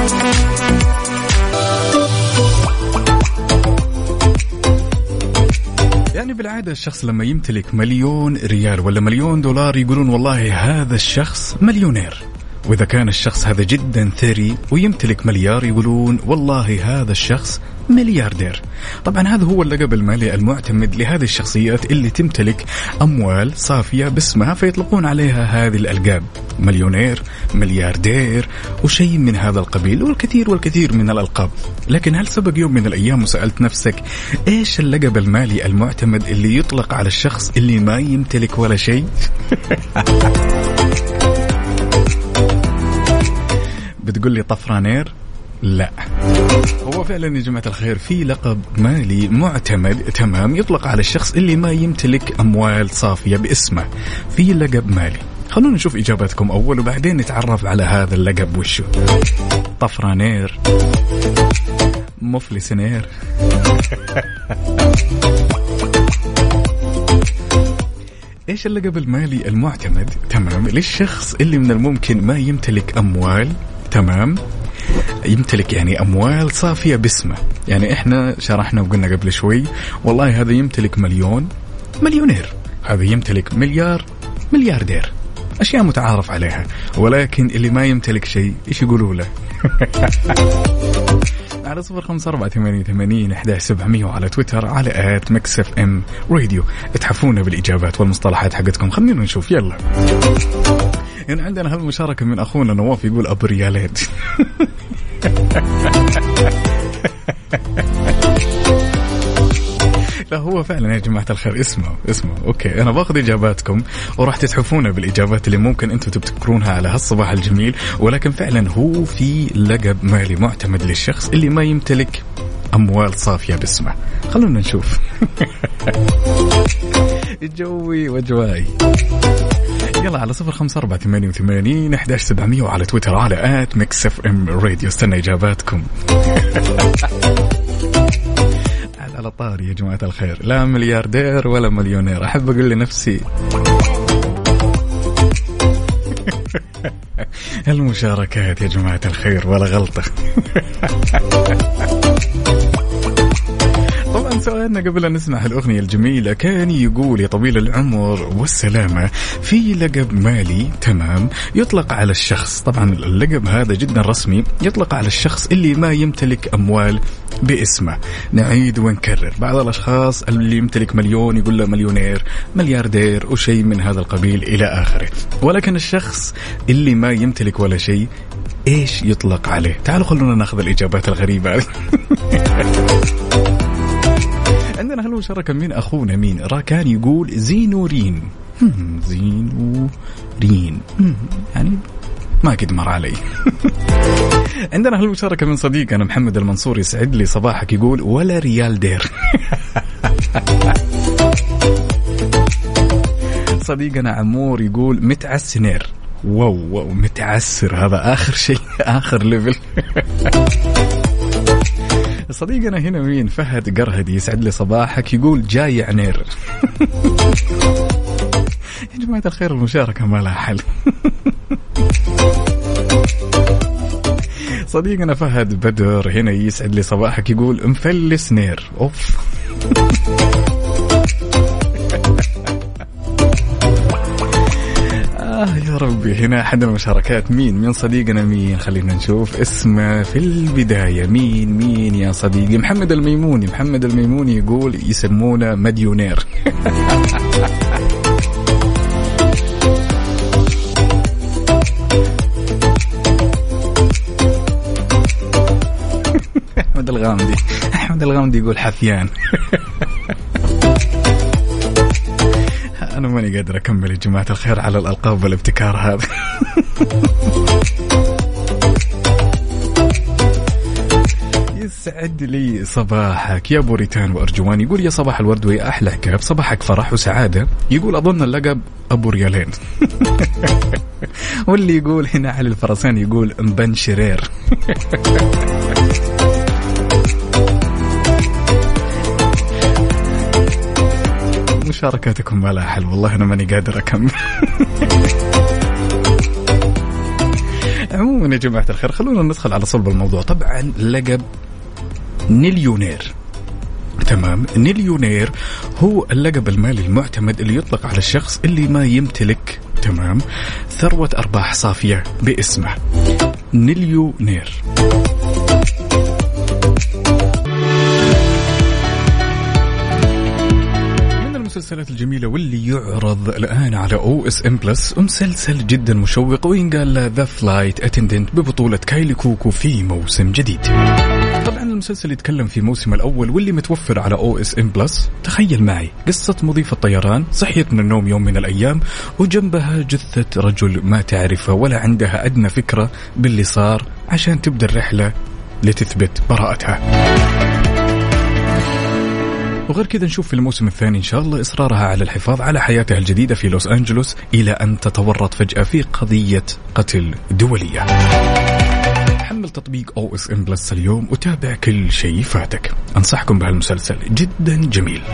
يعني بالعادة الشخص لما يمتلك مليون ريال ولا مليون دولار يقولون والله هذا الشخص مليونير، وإذا كان الشخص هذا جدا ثري ويمتلك مليار يقولون والله هذا الشخص ملياردير. طبعا هذا هو اللقب المالي المعتمد لهذه الشخصيات اللي تمتلك أموال صافية باسمها، فيطلقون عليها هذه الألقاب، مليونير، ملياردير، وشيء من هذا القبيل، والكثير والكثير من الألقاب. لكن هل سبق يوم من الأيام وسألت نفسك إيش اللقب المالي المعتمد اللي يطلق على الشخص اللي ما يمتلك ولا شيء؟ بتقول لي طفرانير؟ لا، هو فعلا يا جماعة الخير في لقب مالي معتمد تمام يطلق على الشخص اللي ما يمتلك أموال صافية باسمه، في لقب مالي. خلونا نشوف إجاباتكم أول وبعدين نتعرف على هذا اللقب وشو. طفرانير، مفلسنير. إيش اللقب المالي المعتمد تمام للشخص اللي من الممكن ما يمتلك أموال تمام، يمتلك يعني أموال صافية باسمه. يعني إحنا شرحنا وقلنا قبل شوي والله هذا يمتلك مليون، مليونير، هذا يمتلك مليار، ملياردير، أشياء متعارف عليها. ولكن اللي ما يمتلك شيء إيش يقولوا له؟ على صفر خمسة أربعة ثمانية ثمانين أحد عشر سبعمية وعلى تويتر على آت ميكس اف ام راديو. اتحفونا بالإجابات والمصطلحات حقتكم. خلينا نشوف يلا. يعني عندنا هالمشاركة من أخونا نواف يقول أبو ريالات. لا هو فعلا يا جماعة الخير اسمه اسمه أوكي. أنا باخذ إجاباتكم وراح تتحفونا بالإجابات اللي ممكن أنتم تبتكرونها على هالصباح الجميل. ولكن فعلا هو في لقب مالي معتمد للشخص اللي ما يمتلك أموال صافية باسمه. خلونا نشوف. الجوي وجواي. يلا على صفر خمسة أربعة ثمانية ثمانين أحد عشر سبعمية وعلى تويتر على آت ميكس اف ام راديو. استنى إجاباتكم. على طاري يا جماعة الخير، لا ملياردير ولا مليونير. أحب أقول لنفسي المشاركات يا جماعة الخير ولا غلطة. طبعا سؤالنا قبل أن نسمع الأغنية الجميلة كان يقول يا طويل العمر والسلامة في لقب مالي تمام يطلق على الشخص. طبعا اللقب هذا جدا رسمي يطلق على الشخص اللي ما يمتلك أموال باسمه. نعيد ونكرر، بعض الأشخاص اللي يمتلك مليون يقول له مليونير، ملياردير، وشيء من هذا القبيل إلى آخره. ولكن الشخص اللي ما يمتلك ولا شيء إيش يطلق عليه؟ تعالوا خلونا ناخذ الإجابات الغريبة. عندنا هالمشاركة من أخونا مين راكان يقول زينورين. زينورين يعني ما قد مر علي. عندنا هالمشاركة من صديقنا محمد المنصور يسعد لي صباحك يقول ولا ريال دير. صديقنا عمور يقول متعسنير. واو واو متعسر، هذا آخر شيء، آخر ليفل. صديقنا هنا مين فهد قرهدي يسعد لي صباحك يقول جاي عنير. يا جماعة الخير المشاركة ما لها حل. صديقنا فهد بدر هنا يسعد لي صباحك يقول مفلس نير. أوف. آه يا ربي. هنا أحد المشاركات. مين من صديقنا؟ مين؟ خلينا نشوف اسمه في البداية. مين مين يا صديقي؟ محمد الميموني. محمد الميموني يقول يسمونه مديونير. أحمد الغامدي. أحمد الغامدي يقول حفيان. أنا ماني قادر أكمل يا جماعة الخير على الألقاب والابتكار هذا. يسعد لي صباحك يا بوريتان وأرجوان. يقول يا صباح الورد ويا أحلى حكاية، صباحك فرح وسعادة. يقول أظن اللقب أبو ريالين. واللي يقول هنا علي الفرسان يقول مبن شرير. مشاركاتكم ما لها حل والله، أنا ماني قادر أكمل. عموما يا جماعة الخير خلونا ندخل على صلب الموضوع. طبعا لقب نيليونير، تمام، نيليونير هو اللقب المالي المعتمد اللي يطلق على الشخص اللي ما يمتلك، تمام، ثروة أرباح صافية باسمه. نيليونير. المسلسلات الجميلة واللي يعرض الآن على أو إس إم بلس، مسلسل جدا مشوق وينقال ذا فلايت أتندنت ببطولة كايلي كوكو في موسم جديد. طبعا المسلسل يتكلم في موسم الأول واللي متوفر على أو إس إم بلس. تخيل معي قصة مضيفة طيران صحيت من النوم يوم من الأيام وجنبها جثة رجل ما تعرفه ولا عندها أدنى فكرة باللي صار عشان تبدأ الرحلة لتثبت براءتها. وغير كذا نشوف في الموسم الثاني إن شاء الله إصرارها على الحفاظ على حياتها الجديدة في لوس أنجلوس إلى أن تتورط فجأة في قضية قتل دولية. حمل تطبيق أو إس إم بلس اليوم وتابع كل شيء فاتك. أنصحكم بهالمسلسل جدا جميل.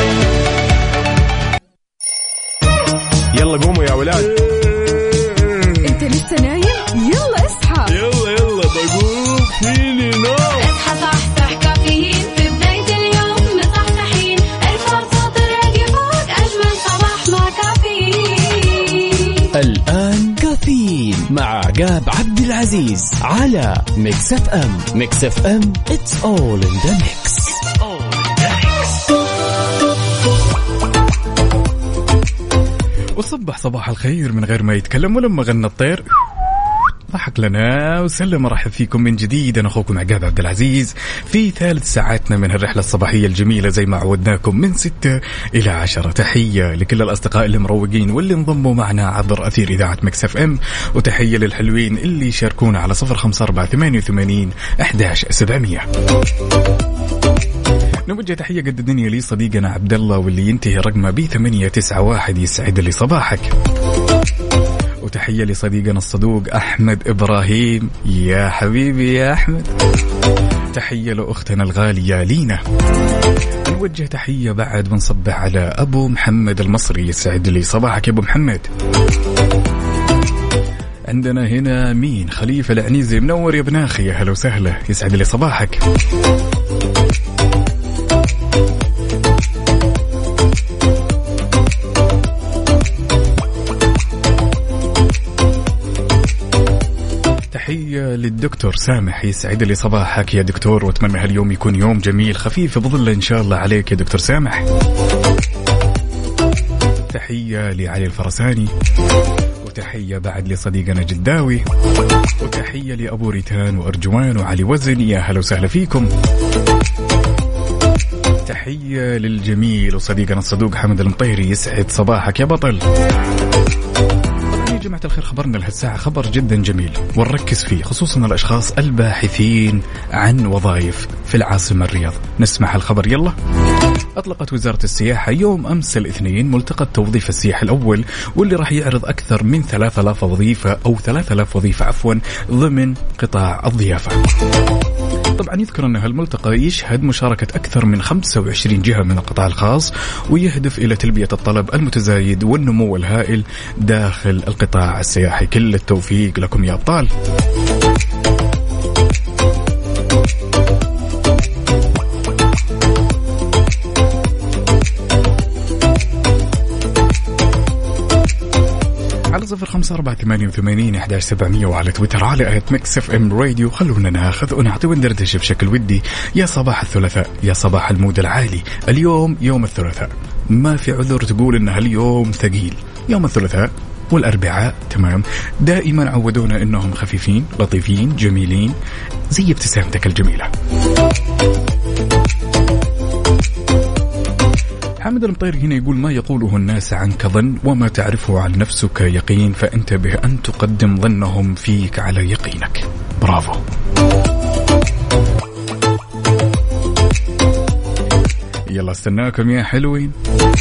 يلا قوموا يا ولاد. انت لسه نايم؟ يلا اصحى. يلا يلا بقوم فيني نوم. اصحى صحصح كافيين في بداية اليوم مصحصحين. ارفع صوت الراديو فوق أجمل صباح مع كافيين. الآن كافيين مع عقاب عبد العزيز على ميكس اف ام. ميكس اف ام it's all in the mix. وصبح صباح الخير من غير ما يتكلم، ولما غنى الطير ضحك لنا وسلم. مرحب فيكم من جديد، أنا أخوكم عقاب عبد العزيز في ثالث ساعاتنا من الرحلة الصباحية الجميلة زي ما عودناكم من ستة إلى عشرة. تحية لكل الأصدقاء اللي مروقين واللي انضموا معنا عبر أثير إذاعة ميكس اف ام، وتحية للحلوين اللي يشاركونا على صفر خمسة أربعة ثمانية وثمانين أحد عشر سبعمية. نوجه تحية قد الدنيا لي صديقنا عبد الله واللي ينتهي رقمه ب ثمانية تسعة واحد. يسعد لي صباحك. وتحية لصديقنا الصدوق أحمد إبراهيم. يا حبيبي يا أحمد. تحية لأختنا الغالية لينا. نوجه تحية بعد بنصبح على أبو محمد المصري. يسعد لي صباحك يا أبو محمد. عندنا هنا مين؟ خليفة العنيزي. منور يا بناخي، يا هلا وسهلا، يسعد لي صباحك. تحية للدكتور سامح. يسعد لي صباحك يا دكتور، واتمنى هاليوم يكون يوم جميل خفيف بظل إن شاء الله عليك يا دكتور سامح. تحية لعلي الفرساني، وتحية بعد لصديقنا جداوي، وتحية لأبو ريتان وأرجوان وعلي وزن. يا هلا وسهلا فيكم. تحية للجميل وصديقنا الصدوق حمد المطيري. يسعد صباحك يا بطل. يا جماعة الخير خبرنا لهالساعة خبر جدا جميل ونركز فيه، خصوصا الأشخاص الباحثين عن وظائف في العاصمة الرياض. نسمع الخبر يلا. أطلقت وزارة السياحة يوم أمس الاثنين ملتقى التوظيف السياحي الأول، واللي راح يعرض أكثر من ثلاثة آلاف وظيفة أو ثلاثة آلاف وظيفة عفوا ضمن قطاع الضيافة. طبعا يذكر أن هالملتقى يشهد مشاركة أكثر من خمسة وعشرين جهة من القطاع الخاص، ويهدف إلى تلبية الطلب المتزايد والنمو الهائل داخل القطاع السياحي. كل التوفيق لكم يا أبطال. على صفر خمسة خمسة أربعة ثمانية وثمانين أحد عشر سبعمية وعلى تويتر على آت ميكس اف ام راديو. خلونا ناخذ ونعطي وندردش بشكل ودي. يا صباح الثلاثاء، يا صباح المود العالي. اليوم يوم الثلاثاء، ما في عذر تقول إنها اليوم ثقيل. يوم الثلاثاء والأربعاء تمام دائما عودونا إنهم خفيفين لطيفين جميلين زي ابتسامتك الجميلة. حمد المطير هنا يقول ما يقوله الناس عنك ظن وما تعرفه عن نفسك يقين، فانتبه أن تقدم ظنهم فيك على يقينك. برافو. يلا استناكم يا حلوين.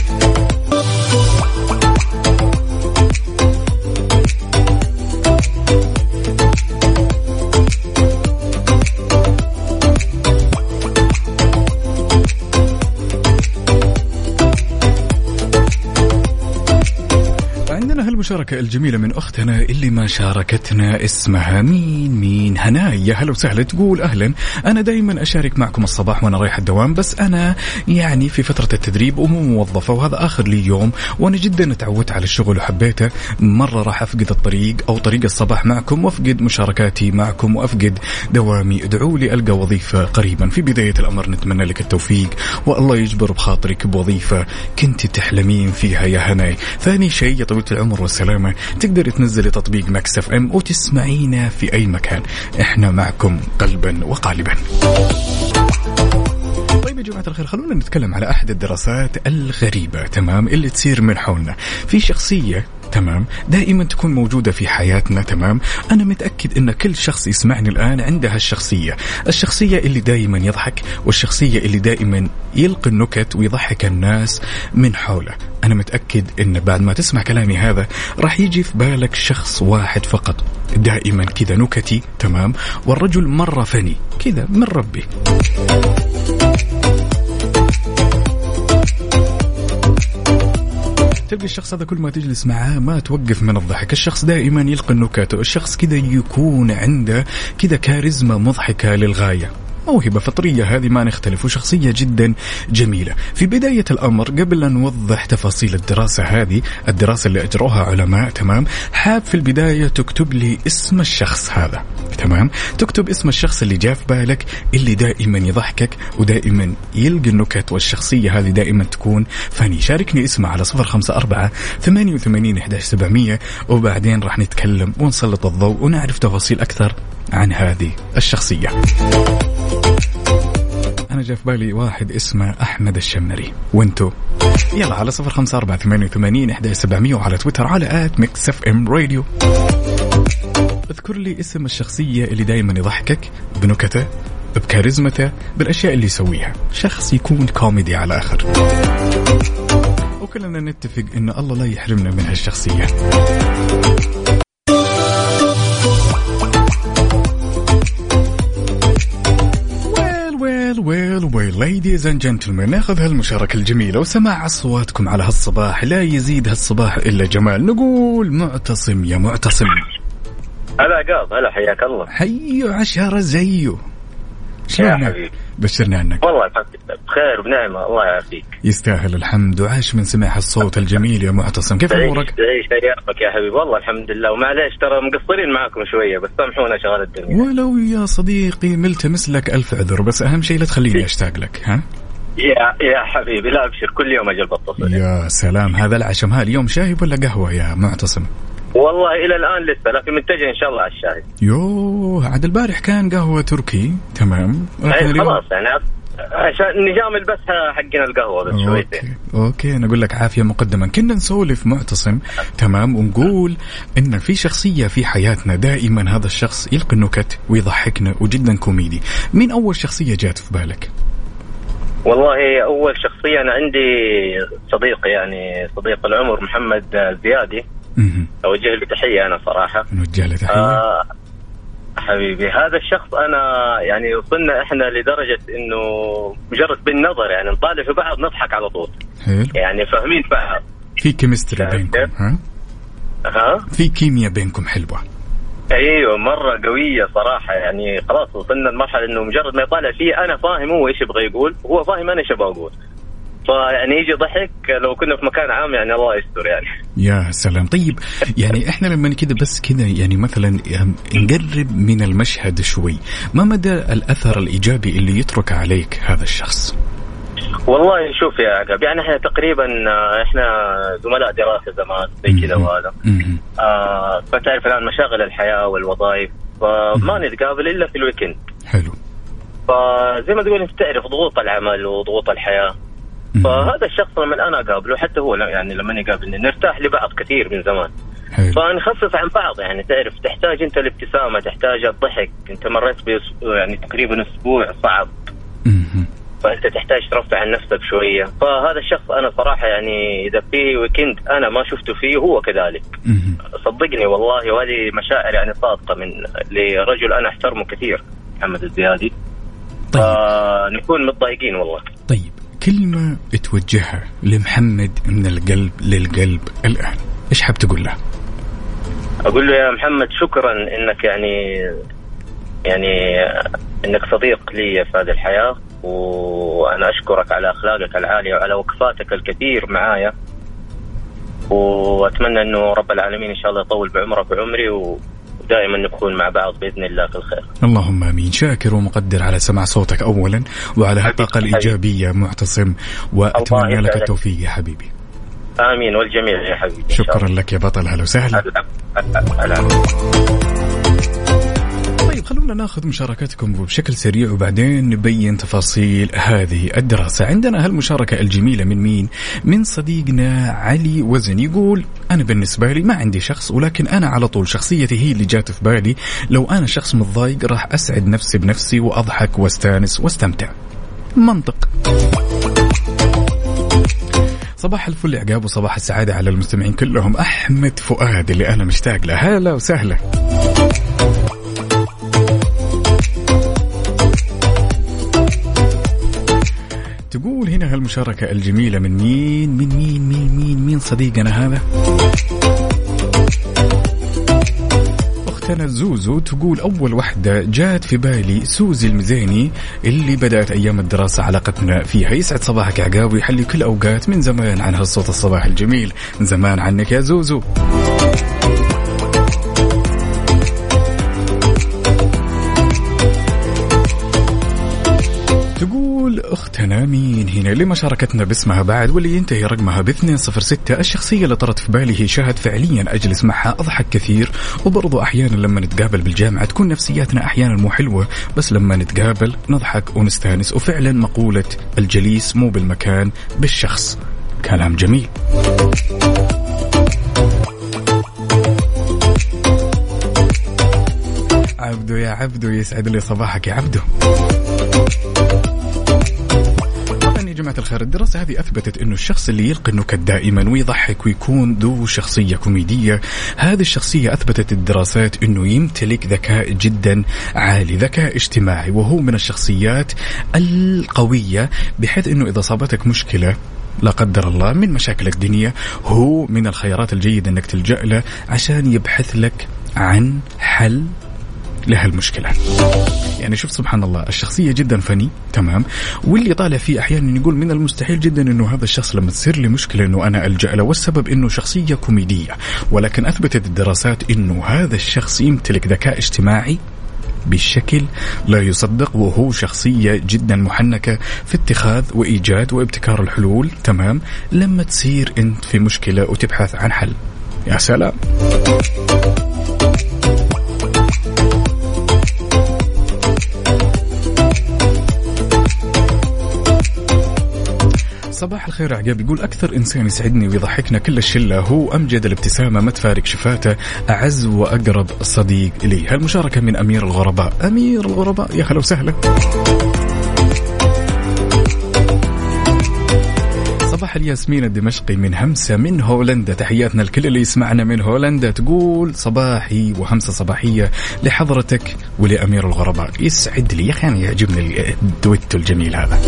المشاركة الجميلة من أختنا اللي ما شاركتنا اسمها مين مين هناء. يا هلا وسهلا. تقول أهلا، أنا دايما أشارك معكم الصباح وأنا رايح الدوام، بس أنا يعني في فترة التدريب ومو موظفة وهذا آخر لي يوم وأنا جدا تعودت على الشغل وحبيته. مرة راح أفقد الطريق أو طريق الصباح معكم وأفقد مشاركاتي معكم وأفقد دوامي. ادعوا لي ألقى وظيفة قريبا. في بداية الأمر نتمنى لك التوفيق والله يجبر بخاطرك بوظيفة كنت تحلمين فيها يا هناي. ثاني شيء يا طويلة العمر والسلامة، تقدر تنزلي تطبيق مكس اف ام وتسمعينا في أي مكان، احنا معكم قلبا وقالبا. طيب يا جماعة الخير، خلونا نتكلم على أحد الدراسات الغريبة تمام اللي تصير من حولنا. في شخصية تمام دائما تكون موجودة في حياتنا تمام. أنا متأكد أن كل شخص يسمعني الآن عندها الشخصية الشخصية اللي دائما يضحك والشخصية اللي دائما يلقي النكت ويضحك الناس من حوله. أنا متأكد أن بعد ما تسمع كلامي هذا راح يجي في بالك شخص واحد فقط دائما كذا نكتي تمام، والرجل مرة فني كذا من ربي. تلقى الشخص هذا كل ما تجلس معاه ما توقف من الضحك. الشخص دائما يلقي النكات، الشخص كذا يكون عنده كذا كاريزما مضحكة للغاية، موهبة فطرية هذه ما نختلف، وشخصية جدا جميلة. في بداية الأمر قبل أن نوضح تفاصيل الدراسة هذه، الدراسة اللي أجروها علماء تمام، حاب في البداية تكتب لي اسم الشخص هذا تمام. تكتب اسم الشخص اللي جاء في بالك اللي دائما يضحكك ودائما يلقي النكت والشخصية هذه دائما تكون فاني. شاركني اسمه على صفر خمسة أربعة ثمانية وثمانين أحد عشر سبعمية وبعدين راح نتكلم ونسلط الضوء ونعرف تفاصيل أكثر عن هذه الشخصية. أنا جاء في بالي واحد اسمه أحمد الشمري، وانتو يلا على صفر خمسة أربعة ثمانية وثمانين أحد عشر سبعمية وعلى تويتر على آت ميكس اف ام راديو. اذكر لي اسم الشخصية اللي دايما يضحكك بنكته بكاريزمته بالأشياء اللي يسويها، شخص يكون كوميدي على آخر، وكلنا نتفق إن الله لا يحرمنا من هالشخصية. ويل ويل ladies and gentlemen، ناخذ هالمشاركة الجميلة وسماع أصواتكم على هالصباح لا يزيد هالصباح إلا جمال. نقول معتصم يا معتصم. هلا قاض، هلا حياك الله. حيو عشرة زيه. شلونك؟ بشرنا عنك. والله الحمد لله بخير وبنعمة الله يعافيك. يستاهل الحمد، وعاش من سمع الصوت الجميل يا معتصم. كيف أمورك؟ ايش ايامك يا حبيبي؟ والله الحمد لله، ومعليش ترى مقصرين معكم شوية بس سامحونا شغال الدنيا. ولو يا صديقي ملتمس لك ألف عذر، بس أهم شيء لا تخليني أشتاق لك. ها يا يا حبيبي لا أبشر، كل يوم أجل بتصل. يا سلام، هذا العشم ها اليوم شاي ولا قهوة يا معتصم؟ والله إلى الآن لسه، لكن متجه إن شاء الله على الشاي. يوه عاد البارح كان قهوة تركي تمام. أي خلاص يعني عشان نجام البسها حقنا القهوة بس شويتين. أوكي. أوكي أنا أقول لك عافية مقدما. كنا نسولف معتصم تمام ونقول إن في شخصية في حياتنا دائما هذا الشخص يلقي النكت ويضحكنا وجدا كوميدي. مين أول شخصية جات في بالك؟ والله أول شخصية أنا عندي صديق يعني صديق العمر محمد زيادي، أوجه له تحية أنا صراحة. نوجه له تحية. آه حبيبي هذا الشخص أنا يعني وصلنا إحنا لدرجة إنه مجرد بالنظر يعني نطالع في بعض نضحك على طول. حلو. يعني فاهمين بعض. في كيمستري بينكم ها؟ ها؟ في كيمياء بينكم حلوة. ايوه مرة قوية صراحة، يعني خلاص وصلنا لمرحلة انه مجرد ما يطالع فيه انا فاهم هو ايش يبغى يقول وهو فاهم انا ايش ابغى اقول. فيعني يجي ضحك لو كنا في مكان عام يعني الله يستر يعني. يا سلام. طيب يعني احنا لما كده بس كده يعني مثلا نقرب من المشهد شوي، ما مدى الأثر الإيجابي اللي يترك عليك هذا الشخص؟ والله شوف يا عقب، يعني احنا تقريبا احنا زملاء دراسة زمان زي كذا وهذا آه فتعرف الآن مشاغل الحياة والوظائف فما نتقابل إلا في الويكند. حلو. فزي ما تقول انت تعرف ضغوط العمل وضغوط الحياة، فهذا الشخص لما أنا أقابله حتى هو يعني لما يقابلني نرتاح لبعض كثير من زمان. حلو. فنخفف عن بعض، يعني تعرف تحتاج أنت الابتسامة، تحتاج الضحك، أنت مريت بأسبوع يعني تقريبا أسبوع صعب فأنت تحتاج ترفع عن نفسك شوية. فهذا الشخص أنا صراحة يعني إذا في ويكند أنا ما شفته فيه هو كذلك صدقني والله، وهذه مشاعر يعني صادقة من لرجل أنا أحترمه كثير محمد الزيادي. طيب. فنكون متضايقين والله. طيب كلمة توجهها لمحمد من القلب للقلب الآن إيش حاب تقول له؟ أقول له يا محمد شكرا إنك يعني يعني إنك صديق لي في هذه الحياة، وأنا أشكرك على أخلاقك العالية وعلى وقفاتك الكثير معايا، وأتمنى إنه رب العالمين إن شاء الله يطول بعمرك وعمري ودائما نكون مع بعض بإذن الله في الخير. اللهم آمين. شاكر ومقدر على سماع صوتك أولا وعلى هالطاقة الإيجابية معتصم، وأتمنى لك التوفيق يا حبيبي. آمين والجميع يا حبيبي. شكرا لك يا بطل. هلا وسهلا. طيب خلونا ناخذ مشاركاتكم بشكل سريع وبعدين نبين تفاصيل هذه الدراسة. عندنا هالمشاركة الجميلة من مين؟ من صديقنا علي وزن، يقول أنا بالنسبة لي ما عندي شخص، ولكن أنا على طول شخصيتي هي اللي جات في بالي. لو أنا شخص متضايق راح أسعد نفسي بنفسي وأضحك واستانس واستمتع. منطق. صباح الفل عقاب وصباح السعادة على المستمعين كلهم. أحمد فؤاد اللي أنا مشتاق له، هلا وسهلا. تقول هنا هالمشاركة الجميلة من مين من مين مين مين مين صديقنا هذا؟ أختنا زوزو تقول أول واحدة جات في بالي سوزي المزيني اللي بدأت أيام الدراسة علاقتنا فيها. يسعد صباحك عقاب ويحلي كل أوقات. من زمان عن هالصوت الصباح الجميل، من زمان عنك يا زوزو. تقول أختنا مين هنا اللي ما شاركتنا باسمها بعد واللي ينتهي رقمها باثنين صفر ستة، الشخصية اللي طرت في بالي هي شاهد. فعليا أجلس معها أضحك كثير، وبرضو أحيانا لما نتقابل بالجامعة تكون نفسياتنا أحيانا مو حلوة، بس لما نتقابل نضحك ونستانس. وفعلا مقولة الجليس مو بالمكان بالشخص. كلام جميل. عبدو يا عبدو يسعد لي صباحك يا عبدو. جماعة الخير الدراسة هذه أثبتت أنه الشخص اللي يلقي النكت دائما ويضحك ويكون ذو شخصية كوميدية، هذه الشخصية أثبتت الدراسات أنه يمتلك ذكاء جدا عالي، ذكاء اجتماعي، وهو من الشخصيات القوية بحيث أنه إذا صابتك مشكلة لا قدر الله من مشاكل الدنيا هو من الخيارات الجيدة أنك تلجأ له عشان يبحث لك عن حل لها المشكلة. يعني شوف سبحان الله، الشخصية جدا فني تمام، واللي طالع فيه أحيانا يقول من المستحيل جدا أنه هذا الشخص لما تصير لي مشكلة أنه أنا ألجأ له، والسبب أنه شخصية كوميدية. ولكن أثبتت الدراسات أنه هذا الشخص يمتلك ذكاء اجتماعي بالشكل لا يصدق، وهو شخصية جدا محنكة في اتخاذ وإيجاد وابتكار الحلول تمام لما تصير أنت في مشكلة وتبحث عن حل. يا سلام. صباح الخير عقاب، يقول أكثر إنسان يسعدني ويضحكنا كل الشلة هو أمجد الابتسامة ما تفارق شفاته، أعز وأقرب صديق لي. هالمشاركة من أمير الغرباء. أمير الغرباء يا خلو سهلة. صباح الياسمين الدمشقي من همسة من هولندا، تحياتنا الكل اللي يسمعنا من هولندا. تقول صباحي وهمسة صباحية لحضرتك ولأمير الغرباء. يسعد لي يا أخي، أنا يعجبني الدويتو الجميل هذا.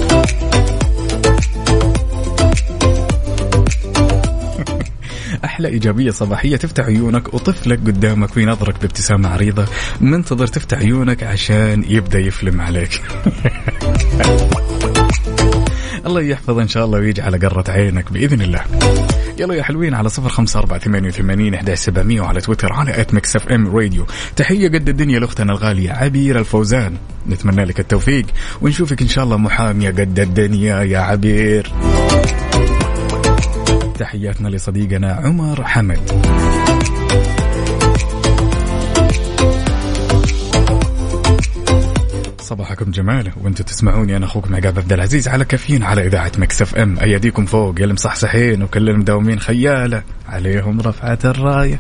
أحلى إيجابية صباحية، تفتح عيونك وطفلك قدامك وينظرك بابتسامة عريضة، منتظر تفتح عيونك عشان يبدأ يفلم عليك. الله يحفظ إن شاء الله ويجعل قرة عينك بإذن الله. يلا يا حلوين على صفر خمسة أربعة ثمانية وثمانين أحد عشر سبعمية وعلى تويتر على آت ميكس إف إم راديو. تحية قد الدنيا لأختنا الغالية عبير الفوزان، نتمنى لك التوفيق ونشوفك إن شاء الله محامية قد الدنيا يا عبير. تحياتنا لصديقنا عمر حمد. صباحكم جماله وانتم تسمعوني انا اخوكم عقاب عبد العزيز على كافيين على اذاعه ميكس إف إم. ايديكم فوق يا المصحصحين وكل المداومين خياله عليهم رفعه الرايه.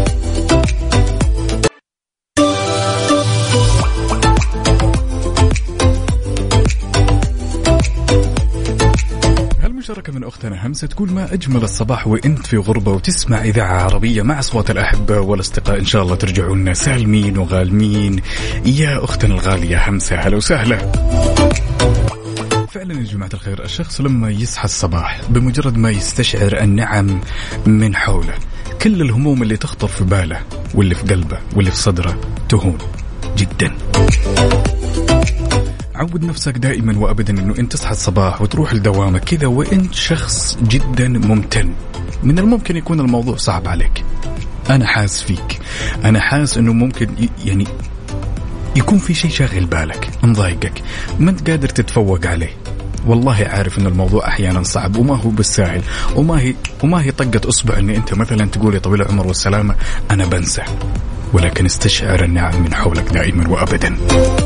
مشاركة من أختنا همسة تقول ما أجمل الصباح وإنت في غربة وتسمع إذاعة عربية مع أصوات الأحبة والأصدقاء، إن شاء الله ترجعون سالمين وغالمين يا أختنا الغالية همسة. هلا وسهلا. فعلا يا جماعة الخير، الشخص لما يصحى الصباح بمجرد ما يستشعر النعم من حوله كل الهموم اللي تخطر في باله واللي في قلبه واللي في صدره تهون جدا. عود نفسك دائما وأبدا أنه أنت تصحى الصباح وتروح لدوامك كذا وأنت شخص جدا ممتن. من الممكن يكون الموضوع صعب عليك، أنا حاس فيك، أنا حاس أنه ممكن يعني يكون في شيء شاغل بالك مضايقك ما أنت قادر تتفوق عليه. والله عارف أن الموضوع أحيانا صعب وما هو بالساهل وما هي, وما هي طقة أصبع أن أنت مثلا تقول يا طويل العمر والسلامة أنا بنسى، ولكن استشعر النعم من حولك دائما وأبدا.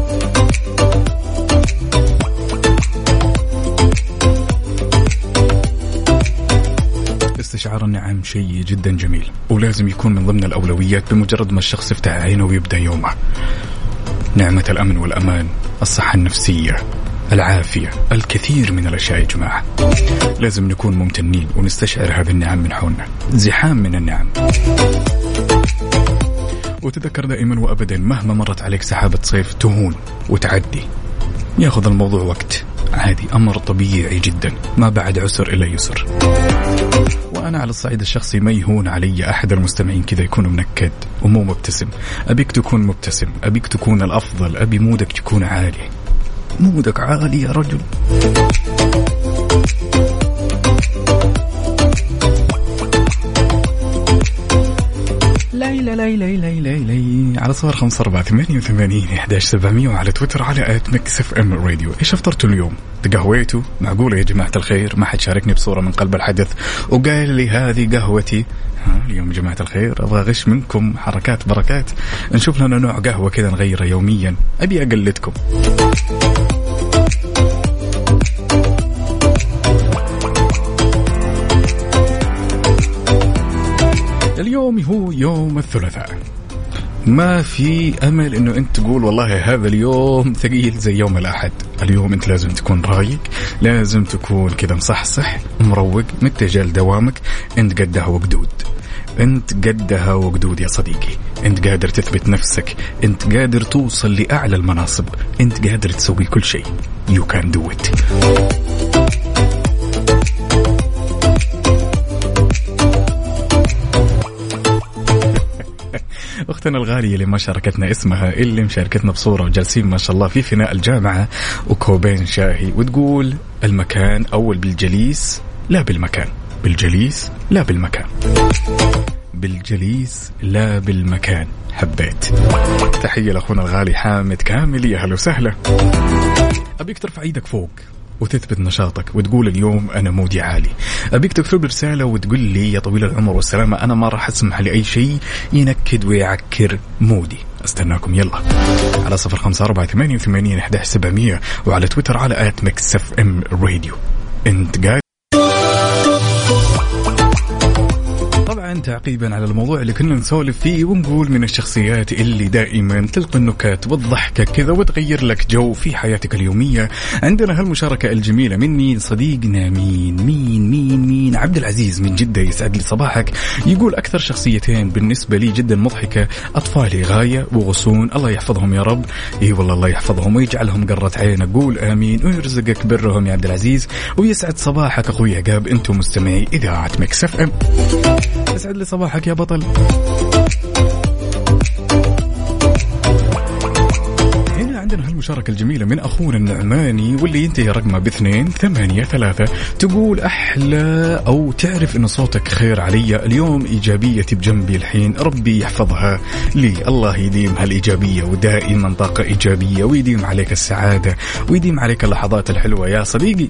استشعار النعم شيء جدا جميل ولازم يكون من ضمن الأولويات بمجرد ما الشخص يفتح عينه ويبدأ يومه. نعمة الأمن والأمان، الصحة النفسية، العافية، الكثير من الأشياء يا جماعة لازم نكون ممتنين ونستشعر هذه النعم من حولنا. زحام من النعم. وتذكر دائما وأبدا مهما مرت عليك سحابة صيف تهون وتعدي، يأخذ الموضوع وقت عادي، أمر طبيعي جدا، ما بعد عسر إلا يسر. وأنا على الصعيد الشخصي ما يهون علي أحد المستمعين كذا يكون منكد ومو مبتسم. أبيك تكون مبتسم، أبيك تكون الأفضل، أبي مودك يكون عالي. مودك عالي يا رجل. لا لا لا لا لا لا لا على صفر خمسة أربعة ثمانية وثمانين أحد عشر سبعمية وعلى تويتر على آت ميكس إف إم راديو. إيش أفطرتوا اليوم؟ تقهويتوا؟ معقولة يا جماعة الخير ما حد شاركني بصورة من قلب الحدث وقال لي هذه قهوتي؟ ها اليوم جماعة الخير أبغى غش منكم حركات بركات، نشوف لنا نوع قهوة كذا نغيره يوميا، أبي أقلدكم. اليوم هو يوم الثلاثاء، ما في أمل أنه أنت تقول والله هذا اليوم ثقيل زي يوم الأحد. اليوم أنت لازم تكون رايق، لازم تكون كذا مصحصح مروق متجه لدوامك. أنت قدها وقدود، أنت قدها وقدود يا صديقي. أنت قادر تثبت نفسك، أنت قادر توصل لأعلى المناصب، أنت قادر تسوي كل شيء. You can do it. أختنا الغالية اللي ما شاركتنا اسمها، اللي مشاركتنا بصورة وجالسين ما شاء الله في فناء الجامعة وكوبين شاهي، وتقول المكان أول بالجليس لا بالمكان، بالجليس لا بالمكان، بالجليس لا بالمكان. حبيت. تحية لأخونا الغالي حامد كامل، يا هلا وسهلا. أبيك ترفع ايدك فوق وتثبت نشاطك وتقول اليوم أنا مودي عالي. أبيك تكتب رسالة وتقول لي يا طويل العمر والسلامة أنا ما راح أسمح لأي شيء ينكد ويعكر مودي. استناكم يلا على صفر خمسة أربعة ثمانية وثمانين أحد عشر سبعمية وعلى تويتر على آت ميكس إف إم راديو. أنت قاعد طبعا تعقيبا على الموضوع اللي كنا نسولف فيه ونقول من الشخصيات اللي دائما تلقي النكات والضحكة كذا وتغير لك جو في حياتك اليومية. عندنا هالمشاركة الجميلة مني صديقنا مين مين مين مين عبد العزيز من جدة، يسعد لي صباحك. يقول أكثر شخصيتين بالنسبة لي جدا مضحكة أطفالي غاية وغصون، الله يحفظهم يا رب. إيه والله الله يحفظهم ويجعلهم قرة عينك، قول آمين ويرزقك برهم يا عبد العزيز. ويسعد صباحك أخوي عقاب، أنتم مستمعي إذاعة ميكس إف إم. يسعد لي صباحك يا بطل. هنا عندنا هالمشاركة الجميلة من أخونا النعماني واللي ينتهي رقمه باثنين ثمانية ثلاثة. تقول أحلى أو تعرف إن صوتك خير علي اليوم، إيجابيتي بجنبي الحين، ربي يحفظها لي، الله يديم هالإيجابية ودائما طاقة إيجابية ويديم عليك السعادة ويديم عليك اللحظات الحلوة يا صديقي.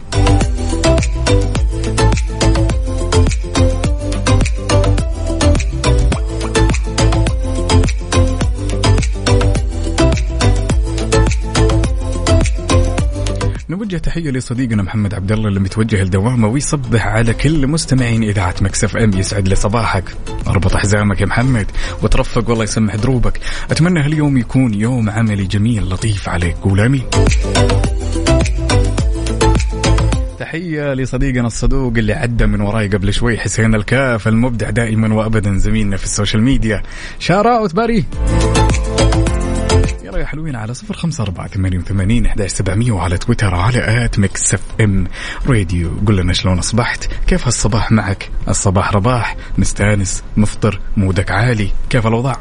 نوجه تحية لصديقنا محمد عبد الله اللي متوجه الدوامة ويصبح على كل مستمعين إذاعة مكس اف ام. يسعد لي صباحك، اربط حزامك يا محمد وترفق والله يسمح دروبك. أتمنى هاليوم يكون يوم عملي جميل لطيف عليك، قول آمين. تحية لصديقنا الصدوق اللي عدى من وراي قبل شوي، حسين الكاف المبدع دائما وأبدا زميلنا في السوشيال ميديا، شارع وتباري. يلا يا حلوين على صفر خمسة أربعة ثمانية وثمانين أحد عشر سبعمية وعلى تويتر على آت ميكس اف ام راديو. قل لنا شلون أصبحت، كيف هالصباح معك؟ الصباح رباح، مستانس، مفطر، مودك عالي، كيف الوضع؟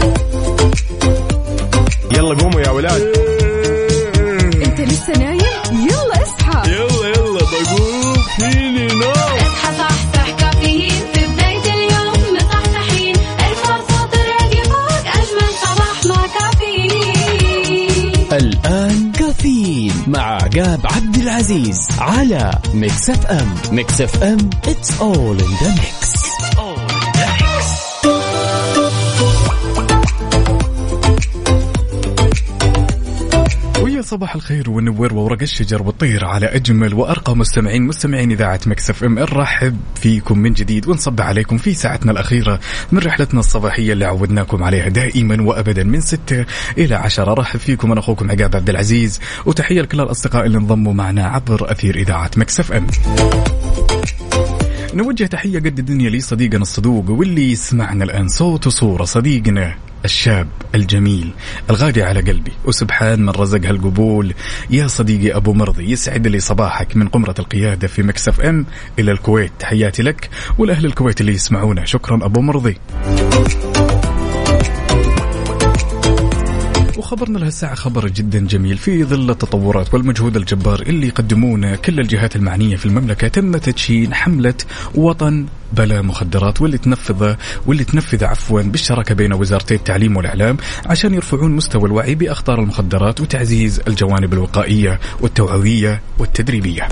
يلا قوموا يا ولاد. انت لسه نايم؟ يلا اصحى. يلا يلا بقوم فيني نوم. اصحى صحصح كافيين في بداية اليوم مصحصحين، الفرصة تراقي فوق أجمل صباح مع كافيين. الآن كافيين مع عقاب عبد العزيز على ميكس اف ام. ميكس اف ام it's all in the mix. صباح الخير والنور وورق الشجر والطير على أجمل وأرقى مستمعين مستمعين إذاعة مكس اف ام. نرحب فيكم من جديد ونصبح عليكم في ساعتنا الأخيرة من رحلتنا الصباحية اللي عودناكم عليها دائما وأبدا من ستة إلى عشرة. أرحب فيكم أنا أخوكم عقاب عبد العزيز، وتحية لكل الأصدقاء اللي انضموا معنا عبر أثير إذاعة مكس اف ام. نوجه تحية قد الدنيا لي صديقنا الصدوق واللي يسمعنا الآن صوت وصورة، صديقنا الشاب الجميل الغالي على قلبي وسبحان من رزقها القبول، يا صديقي أبو مرضي. يسعد لي صباحك من قمرة القيادة في مكس اف ام إلى الكويت. تحياتي لك والأهل الكويت اللي يسمعونا، شكرا أبو مرضي. وخبرنا لهالساعة خبر جدا جميل في ظل التطورات والمجهود الجبار اللي يقدمونه كل الجهات المعنية في المملكة. تم تدشين حملة وطن بلا مخدرات واللي تنفذ واللي تنفذ عفوا بالشراكة بين وزارتي التعليم والإعلام عشان يرفعون مستوى الوعي بأخطار المخدرات وتعزيز الجوانب الوقائية والتوعوية والتدريبية.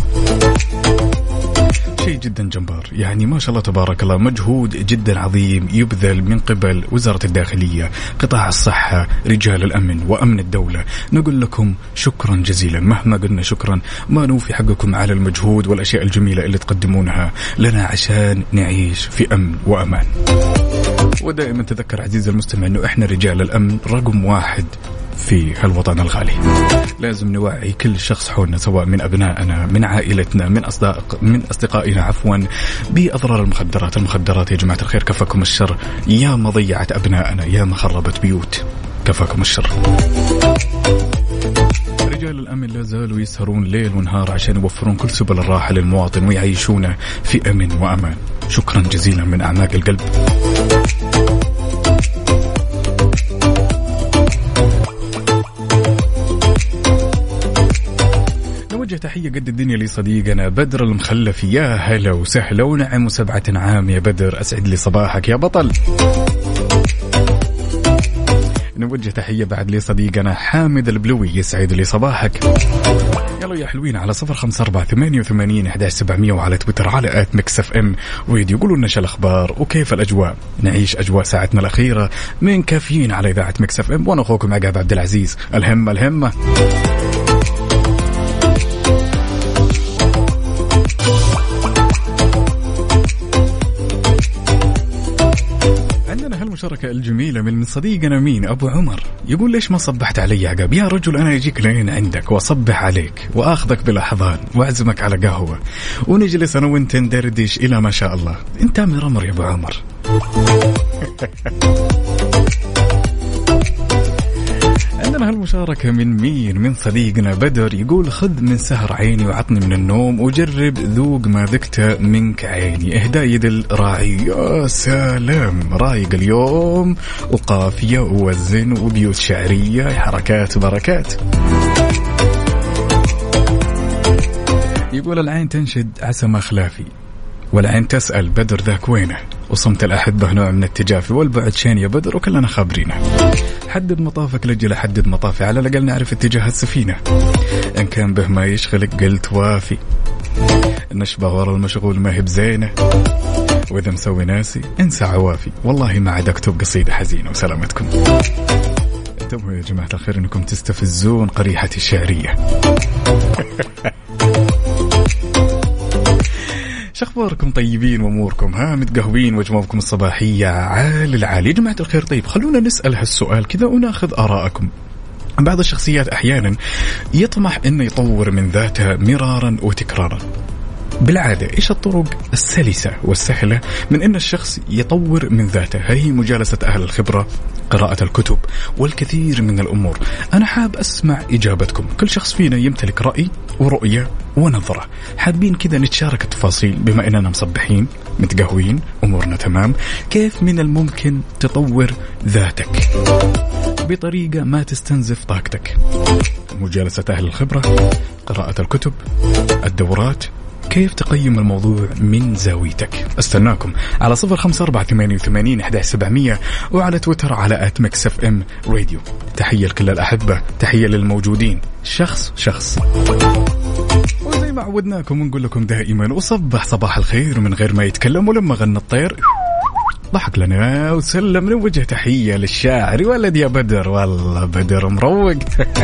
شيء جدا جبار، يعني ما شاء الله تبارك الله، مجهود جدا عظيم يبذل من قبل وزارة الداخلية، قطاع الصحة، رجال الأمن وأمن الدولة. نقول لكم شكرا جزيلا، مهما قلنا شكرا ما نوفي حقكم على المجهود والأشياء الجميلة اللي تقدمونها لنا عشان نعيش في أمن وأمان. ودائما تذكر عزيزي المستمع أنه إحنا رجال الأمن رقم واحد في هالوطن الغالي. لازم نوعي كل شخص حولنا سواء من أبنائنا من عائلتنا من أصدق من أصدقائنا عفوا بأضرار المخدرات. المخدرات يا جماعة الخير كفاكم الشر، يا ما ضيعت أبنائنا يا ما خربت بيوت، كفاكم الشر. رجال الأمن لا زالوا يسهرون ليل ونهار عشان يوفرون كل سبل الراحة للمواطن ويعيشونه في أمن وأمان. شكرا جزيلا من أعماق القلب. نوجه تحية قد الدنيا لصديقنا بدر المخلف، يا هلا وسهلا ونعم وسبعة عام يا بدر، أسعد لي صباحك يا بطل. نوجه تحية بعد لصديقنا حامد البلوي، يسعد لي صباحك. يلا يا حلوين على صفر خمسة أربعة ثمانية وثمانين أحد عشر سبعمية وعلى تويتر على آت ميكس اف ام راديو. يقولوا لنا شو الأخبار وكيف الأجواء. نعيش أجواء ساعتنا الأخيرة من كافيين على إذاعة ميكس اف ام، وأنا أخوكم عقاب عبد العزيز. الهمة الهمة المشاركة الجميلة من صديقنا مين أبو عمر، يقول ليش ما صبحت علي عقاب؟ يا رجل أنا يجيك لين عندك وأصبح عليك وأخذك بالأحضان وأعزمك على قهوة ونجلس أنا وأنت ندردش إلى ما شاء الله. أنت أمر أمر يا أبو عمر. عندنا مشاركة من مين؟ من صديقنا بدر، يقول خذ من سهر عيني وعطني من النوم وجرب ذوق ما ذقت منك عيني، إهداء يد الراعي. يا سلام، رايق اليوم، وقافية ووزن وبيوت شعرية، حركات بركات. يقول العين تنشد عسى ما خلافي، والعين تسأل بدر ذاك وينه، وصمت الأحبة نوع من التجافي، والبعد شين يا بدر وكلنا خابرينه. حدد مطافك لجل أحدد مطافي، على الأقل نعرف اتجاه السفينة، إن كان به ما يشغلك قلت وافي، نشبه ورا المشغول ما هي بزينة، وإذا مسوي ناسي انسى عوافي، والله ما عاد أكتب قصيدة حزينة. وسلامتكم. انتبهوا يا جماعة الخير انكم تستفزون قريحتي الشعرية. شخباركم طيبين واموركم ها متقهوين وجوابكم الصباحية عال العالي يا جماعة الخير. طيب خلونا نسأل هالسؤال كذا وناخذ آراءكم. بعض الشخصيات أحيانا يطمح أنه يطور من ذاته مرارا وتكرارا. بالعادة إيش الطرق السلسة والسهلة من أن الشخص يطور من ذاته؟ هي مجالسة أهل الخبرة، قراءة الكتب، والكثير من الأمور. أنا حاب أسمع إجابتكم. كل شخص فينا يمتلك رأي ورؤية ونظرة، حابين كذا نتشارك التفاصيل. بما أننا مصبحين متقهوين أمورنا تمام، كيف من الممكن تطور ذاتك بطريقة ما تستنزف طاقتك؟ مجالسة أهل الخبرة، قراءة الكتب، الدورات. كيف تقيم الموضوع من زاويتك؟ استناكم على صفر خمسة أربعة ثمانية وثمانين أحد عشر سبعمية، وعلى تويتر على آت ميكس إف إم راديو. تحية لكل الأحبة، تحية للموجودين شخص شخص. وزي ما عودناكم نقول لكم دائما وصبح صباح الخير من غير ما يتكلم، ولما غنى الطير ضحك لنا وسلم. نوجه تحية للشاعر ولد يا بدر، والله بدر مروق.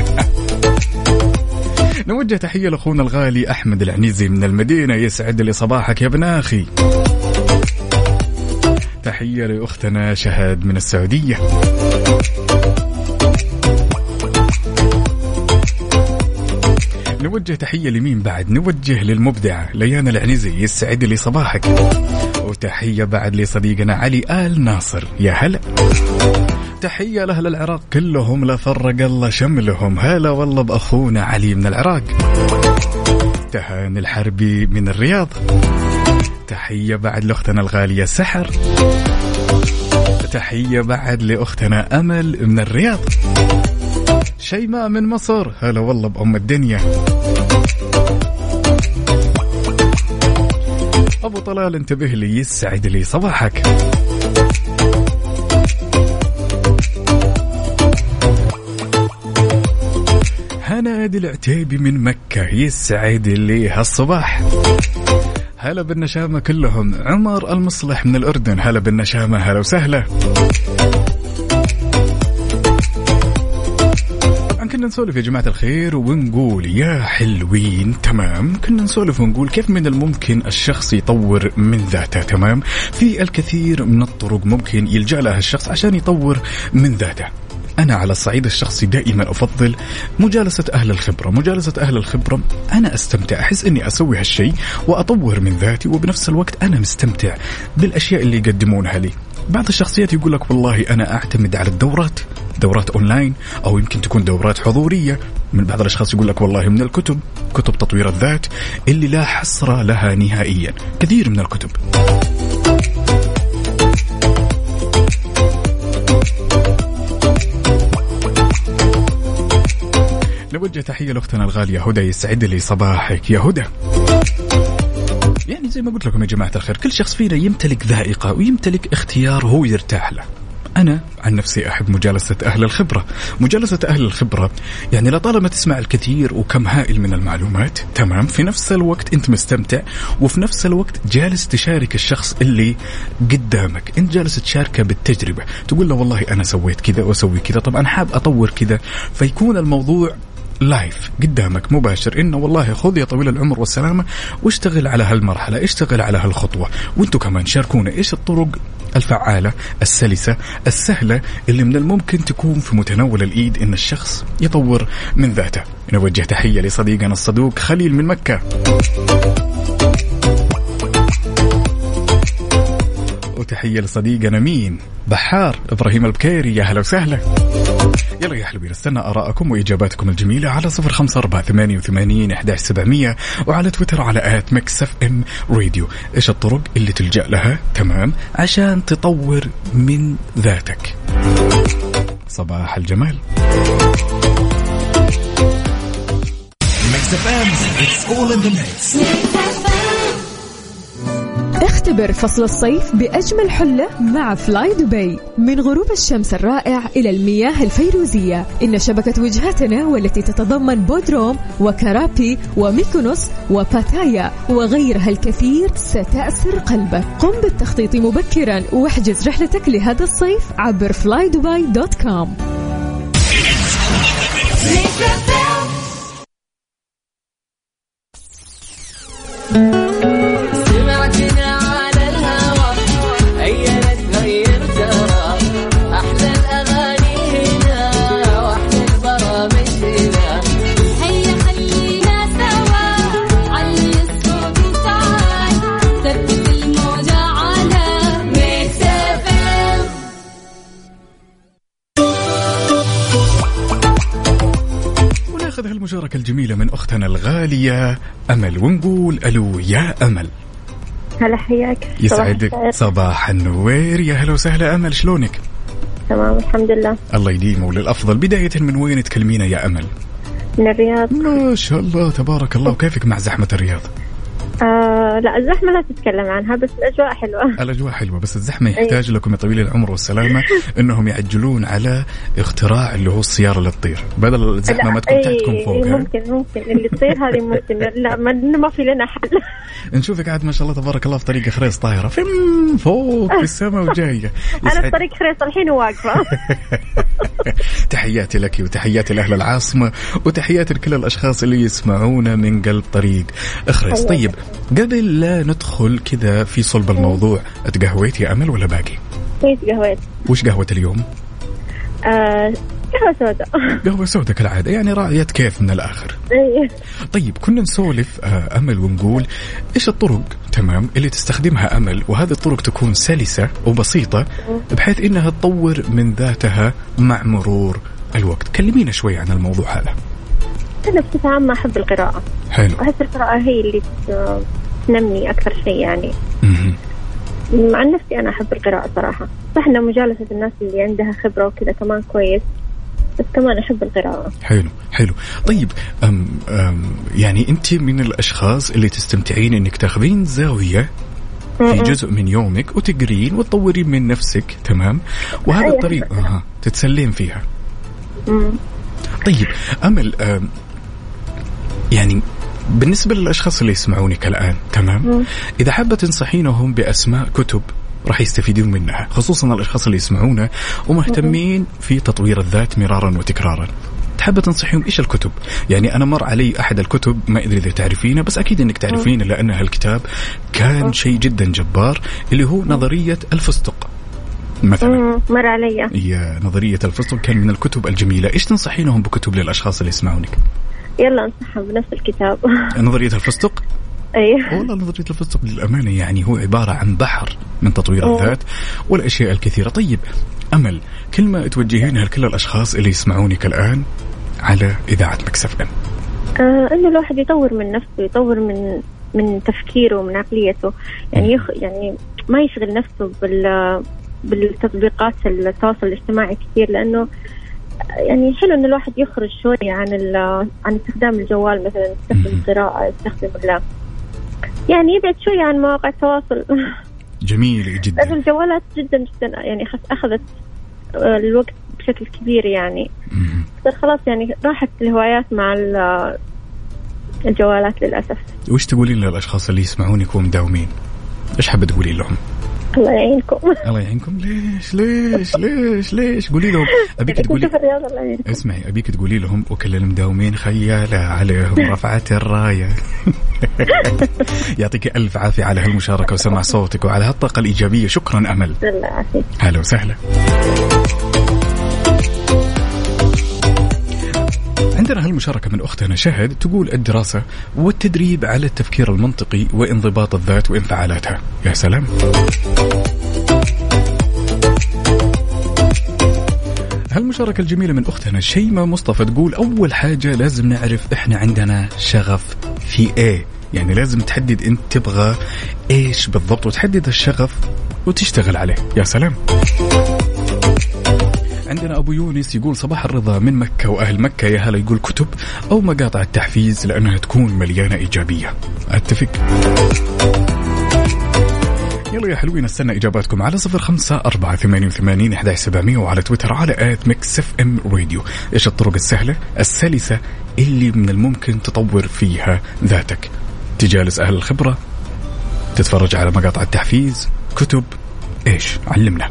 نوجه تحية لأخونا الغالي أحمد العنيزي من المدينة، يسعد لي صباحك يا ابن أخي. تحية لأختنا شهاد من السعودية. نوجه تحية لمين بعد؟ نوجه للمبدعة ليانا العنيزي، يسعد لي صباحك. وتحية بعد لصديقنا علي آل ناصر، يا هلا. تحية لأهل العراق كلهم لا فرق الله شملهم، هلا والله بأخونا علي من العراق. تهاني الحربي من الرياض. تحية بعد لأختنا الغالية سحر. تحية بعد لأختنا أمل من الرياض. شيماء من مصر، هلا والله بأم الدنيا. أبو طلال انتبه لي، يسعد لي صباحك. هنادي العتيبي من مكة، يسعد لي هالصباح. هلا بالنشامة كلهم. عمر المصلح من الأردن، هلا بالنشامة، هلا وسهلا. طبعا كنا نسولف يا جماعة الخير ونقول يا حلوين تمام، كنا نسولف ونقول كيف من الممكن الشخص يطور من ذاته. تمام، في الكثير من الطرق ممكن يلجأ لها الشخص عشان يطور من ذاته. أنا على الصعيد الشخصي دائما أفضل مجالسة أهل الخبرة. مجالسة أهل الخبرة أنا أستمتع، أحس أني أسوي هالشيء وأطور من ذاتي، وبنفس الوقت أنا مستمتع بالأشياء اللي يقدمونها لي. بعض الشخصيات يقول لك والله أنا أعتمد على الدورات، دورات أونلاين أو يمكن تكون دورات حضورية. من بعض الأشخاص يقول لك والله من الكتب، كتب تطوير الذات اللي لا حصر لها نهائيا، كثير من الكتب. نوجه تحية لأختنا الغالية هدى، يسعد لي صباحك يا هدى. يعني زي ما قلت لكم يا جماعة الخير، كل شخص فينا يمتلك ذائقة ويمتلك اختيار هو يرتاح له. أنا عن نفسي أحب مجالسة أهل الخبرة. مجالسة أهل الخبرة يعني لطالما تسمع الكثير وكم هائل من المعلومات، تمام، في نفس الوقت أنت مستمتع، وفي نفس الوقت جالس تشارك الشخص اللي قدامك، أنت جالس تشاركه بالتجربة، تقول له والله أنا سويت كذا وأسوي كذا، طبعا حاب أطور كذا، فيكون الموضوع لايف قدامك مباشر، إنه والله خذ يا طويل العمر والسلامة واشتغل على هالمرحلة، اشتغل على هالخطوة. وانتوا كمان شاركونا ايش الطرق الفعالة السلسة السهلة اللي من الممكن تكون في متناول الإيد إن الشخص يطور من ذاته. نوجه تحية لصديقنا الصدوق خليل من مكة. وتحية لصديقنا مين بحار إبراهيم البكيري. يا هلا وسهلا. يلا يا حلوين استنى آراءكم وإجاباتكم الجميلة على صفر خمسة أربعة ثمانية وثمانين أحد عشر سبعمية وعلى تويتر على آت ميكس اف ام راديو. إيش الطرق اللي تلجأ لها تمام عشان تطور من ذاتك؟ صباح الجمال. اختبر فصل الصيف بأجمل حلة مع فلاي دبي. من غروب الشمس الرائع إلى المياه الفيروزية، إن شبكة وجهاتنا والتي تتضمن بودروم وكارابي وميكونوس وباتايا وغيرها الكثير ستأسر قلبك. قم بالتخطيط مبكرا واحجز رحلتك لهذا الصيف عبر فلاي دبي دوت كوم. المشاركة الجميلة من أختنا الغالية أمل ونقول ألو يا أمل. هلا حياك. يسعدك صباح النوير. يا هلا وسهلا أمل شلونك؟ تمام الحمد لله. الله يديمه للأفضل. بداية من وين تكلمينا يا أمل؟ من الرياض. ما شاء الله تبارك الله. وكيفك مع زحمة الرياض؟ آه لا الزحمة لا تتكلم عنها بس الأجواء حلوة. الأجواء حلوة بس الزحمة يحتاج لكم يا طويل العمر والسلامة إنهم يعجلون على اختراع اللي هو السيارة اللي تطير بدل الزحمة ما تكون تحتكم فوق. ممكن ممكن اللي تطير هذه ممكن. لا ما, ما في لنا حل. نشوفك عاد ما شاء الله تبارك الله في طريق خريص طايرة في فوق في السماء وجاية. أنا في طريق خريص الحين واقفة. تحياتي لك وتحياتي لأهل العاصمة وتحياتي لكل الأشخاص اللي يسمعونا من قلب طريق خريص. طيب قبل لا ندخل كذا في صلب الموضوع، تقهويت يا أمل ولا باقي؟ كيف قهويت. وش قهوة اليوم؟ آه قهوة سوداء. قهوة سوداء كالعادة يعني راعية كيف من الآخر. أيه. طيب كنا نسولف آه أمل ونقول إيش الطرق تمام اللي تستخدمها أمل وهذه الطرق تكون سلسة وبسيطة بحيث إنها تطور من ذاتها مع مرور الوقت. كلمينا شوي عن الموضوع هذا. أنا بصفة عامة أحب القراءة. حلو. أحس القراءة هي اللي تنمي أكثر شيء يعني. م-م. عن نفسي أنا أحب القراءة صراحة. صح إن مجالسة الناس اللي عندها خبرة وكذا كمان كويس بس كمان أحب القراءة. حلو حلو. طيب أم أم يعني أنت من الأشخاص اللي تستمتعين إنك تاخذين زاوية في جزء من يومك وتقرين وتطورين من نفسك تمام وهذا أيه. الطريقة أه تتسلين فيها. مم. طيب أمل أم يعني بالنسبة للأشخاص اللي يسمعونك الآن تمام مم. إذا حابة تنصحينهم بأسماء كتب راح يستفيدون منها خصوصا الأشخاص اللي يسمعونا ومهتمين في تطوير الذات مرارا وتكرارا، تحب تنصحيهم إيش الكتب؟ يعني أنا مر علي أحد الكتب ما أدري إذا تعرفينه بس أكيد إنك تعرفينه لأن هالكتاب كان شيء جدا جبار اللي هو نظرية الفستق مثلا. مر علي. هي نظرية الفستق كان من الكتب الجميلة. إيش تنصحينهم بكتب للأشخاص اللي يسمعونك؟ يلا انصحهم بنفس الكتاب. نظرية الفستق؟ أيه. والله نظرية الفستق للأمانة يعني هو عبارة عن بحر من تطوير أوه. الذات والأشياء الكثيرة. طيب أمل كلمة توجهينها لكل الأشخاص اللي يسمعونك الآن على إذاعة ميكس اف ام. آه إنه الواحد يطور من نفسه يطور من من تفكيره ومن عقليته يعني يخ يعني ما يشغل نفسه بال بالتطبيقات التواصل الاجتماعي كثير لأنه يعني حلو إن الواحد يخرج شوية عن عن استخدام الجوال مثلا يستخدم القراءة يستخدم ال يعني يبعد شوية عن مواقع التواصل. جميل جدا. لأن الجوالات جدا جدا يعني أخذت الوقت بشكل كبير يعني بس خلاص يعني راحت الهوايات مع الجوالات للأسف. وش تقولين للأشخاص اللي يسمعونك ومداومين؟ إيش حابة تقولين لهم؟ الله يعينكم. الله يعينكم. ليش ليش ليش ليش قولي لهم أبيك تقولي اسمعي أبيك تقولي لهم وكل المداومين خيالة عليهم رفعت الراية. يعطيك ألف عافية على هالمشاركة وسمع صوتك وعلى هالطاقة الإيجابية. شكرا أمل. الله يعافيك. هلا وسهلا. عندنا هالمشاركة من أختنا شهد تقول الدراسة والتدريب على التفكير المنطقي وانضباط الذات وانفعالاتها. يا سلام. هالمشاركة الجميلة من أختنا شيماء مصطفى تقول أول حاجة لازم نعرف إحنا عندنا شغف في إيه، يعني لازم تحدد أنت تبغى إيش بالضبط وتحدد الشغف وتشتغل عليه. يا سلام. عندنا أبو يونس يقول صباح الرضا من مكة وأهل مكة يا هلا، يقول كتب أو مقاطع التحفيز لأنها تكون مليانة إيجابية. أتفق. يلا يا حلوين استنى إجاباتكم على صفر خمسة أربعة ثمانية وثمانين أحد عشر سبعمية وعلى تويتر على آت ميكس اف ام راديو. إيش الطرق السهلة السلسة اللي من الممكن تطور فيها ذاتك؟ تجالس أهل الخبرة، تتفرج على مقاطع التحفيز، كتب، إيش؟ علمنا.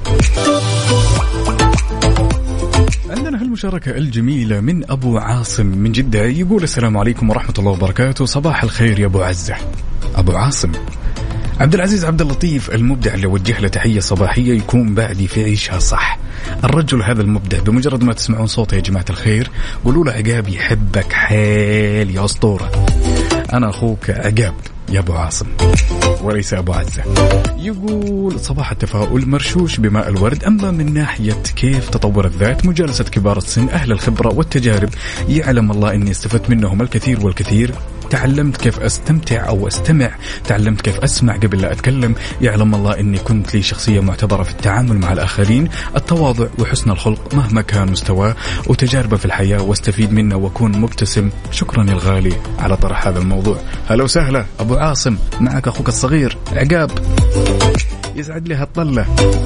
عندنا هالمشاركة الجميلة من أبو عاصم من جدة يقول السلام عليكم ورحمة الله وبركاته، صباح الخير يا أبو عزة. أبو عاصم عبد العزيز عبد اللطيف المبدع اللي وجه له تحية صباحية يكون بعدي في عيشها صح. الرجل هذا المبدع بمجرد ما تسمعون صوته يا جماعة الخير قولوا له عقاب يحبك حيل يا أسطورة. أنا أخوك عقاب يا أبو عاصم وليس أبو عزة. يقول صباح التفاؤل مرشوش بماء الورد. أما من ناحية كيف تطور الذات مجالسة كبار السن أهل الخبرة والتجارب يعلم الله أني استفدت منهم الكثير والكثير. تعلمت كيف أستمتع أو أستمع، تعلمت كيف أسمع قبل لا أتكلم. يعلم الله أني كنت لي شخصية معتبرة في التعامل مع الآخرين. التواضع وحسن الخلق مهما كان مستواه وتجاربه في الحياة واستفيد منه وأكون مبتسم. شكرا يا الغالي على طرح هذا الموضوع. هلا وسهلا أبو عاصم، معك أخوك الصغير عقاب. يسعد لي هالطلة.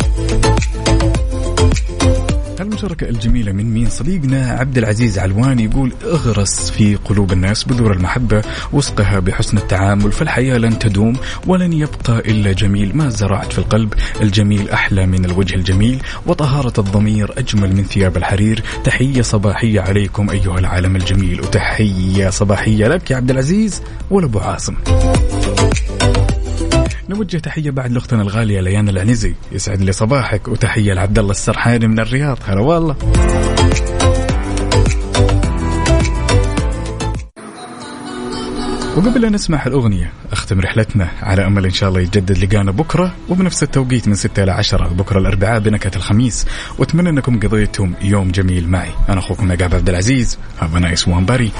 المشاركة الجميلة من مين؟ صديقنا عبد العزيز علواني يقول اغرس في قلوب الناس بذور المحبة واسقها بحسن التعامل فالحياة لن تدوم ولن يبقى إلا جميل. ما زرعت في القلب الجميل أحلى من الوجه الجميل وطهارة الضمير أجمل من ثياب الحرير. تحية صباحية عليكم أيها العالم الجميل. وتحية صباحية لك يا عبد العزيز ولأبو عاصم. نوجه تحية بعد لأختنا الغالية ليان العنزي يسعد لي صباحك. وتحية لعبد الله السرحاني من الرياض هلا والله. وقبل أن نسمع الأغنية أختم رحلتنا على أمل إن شاء الله يتجدد لقانا بكرة وبنفس التوقيت من ستة إلى عشرة بكرة الأربعاء بنكهة الخميس. وأتمنى أنكم قضيتم يوم جميل معي. أنا أخوكم عقاب عبد العزيز. Have a nice one buddy.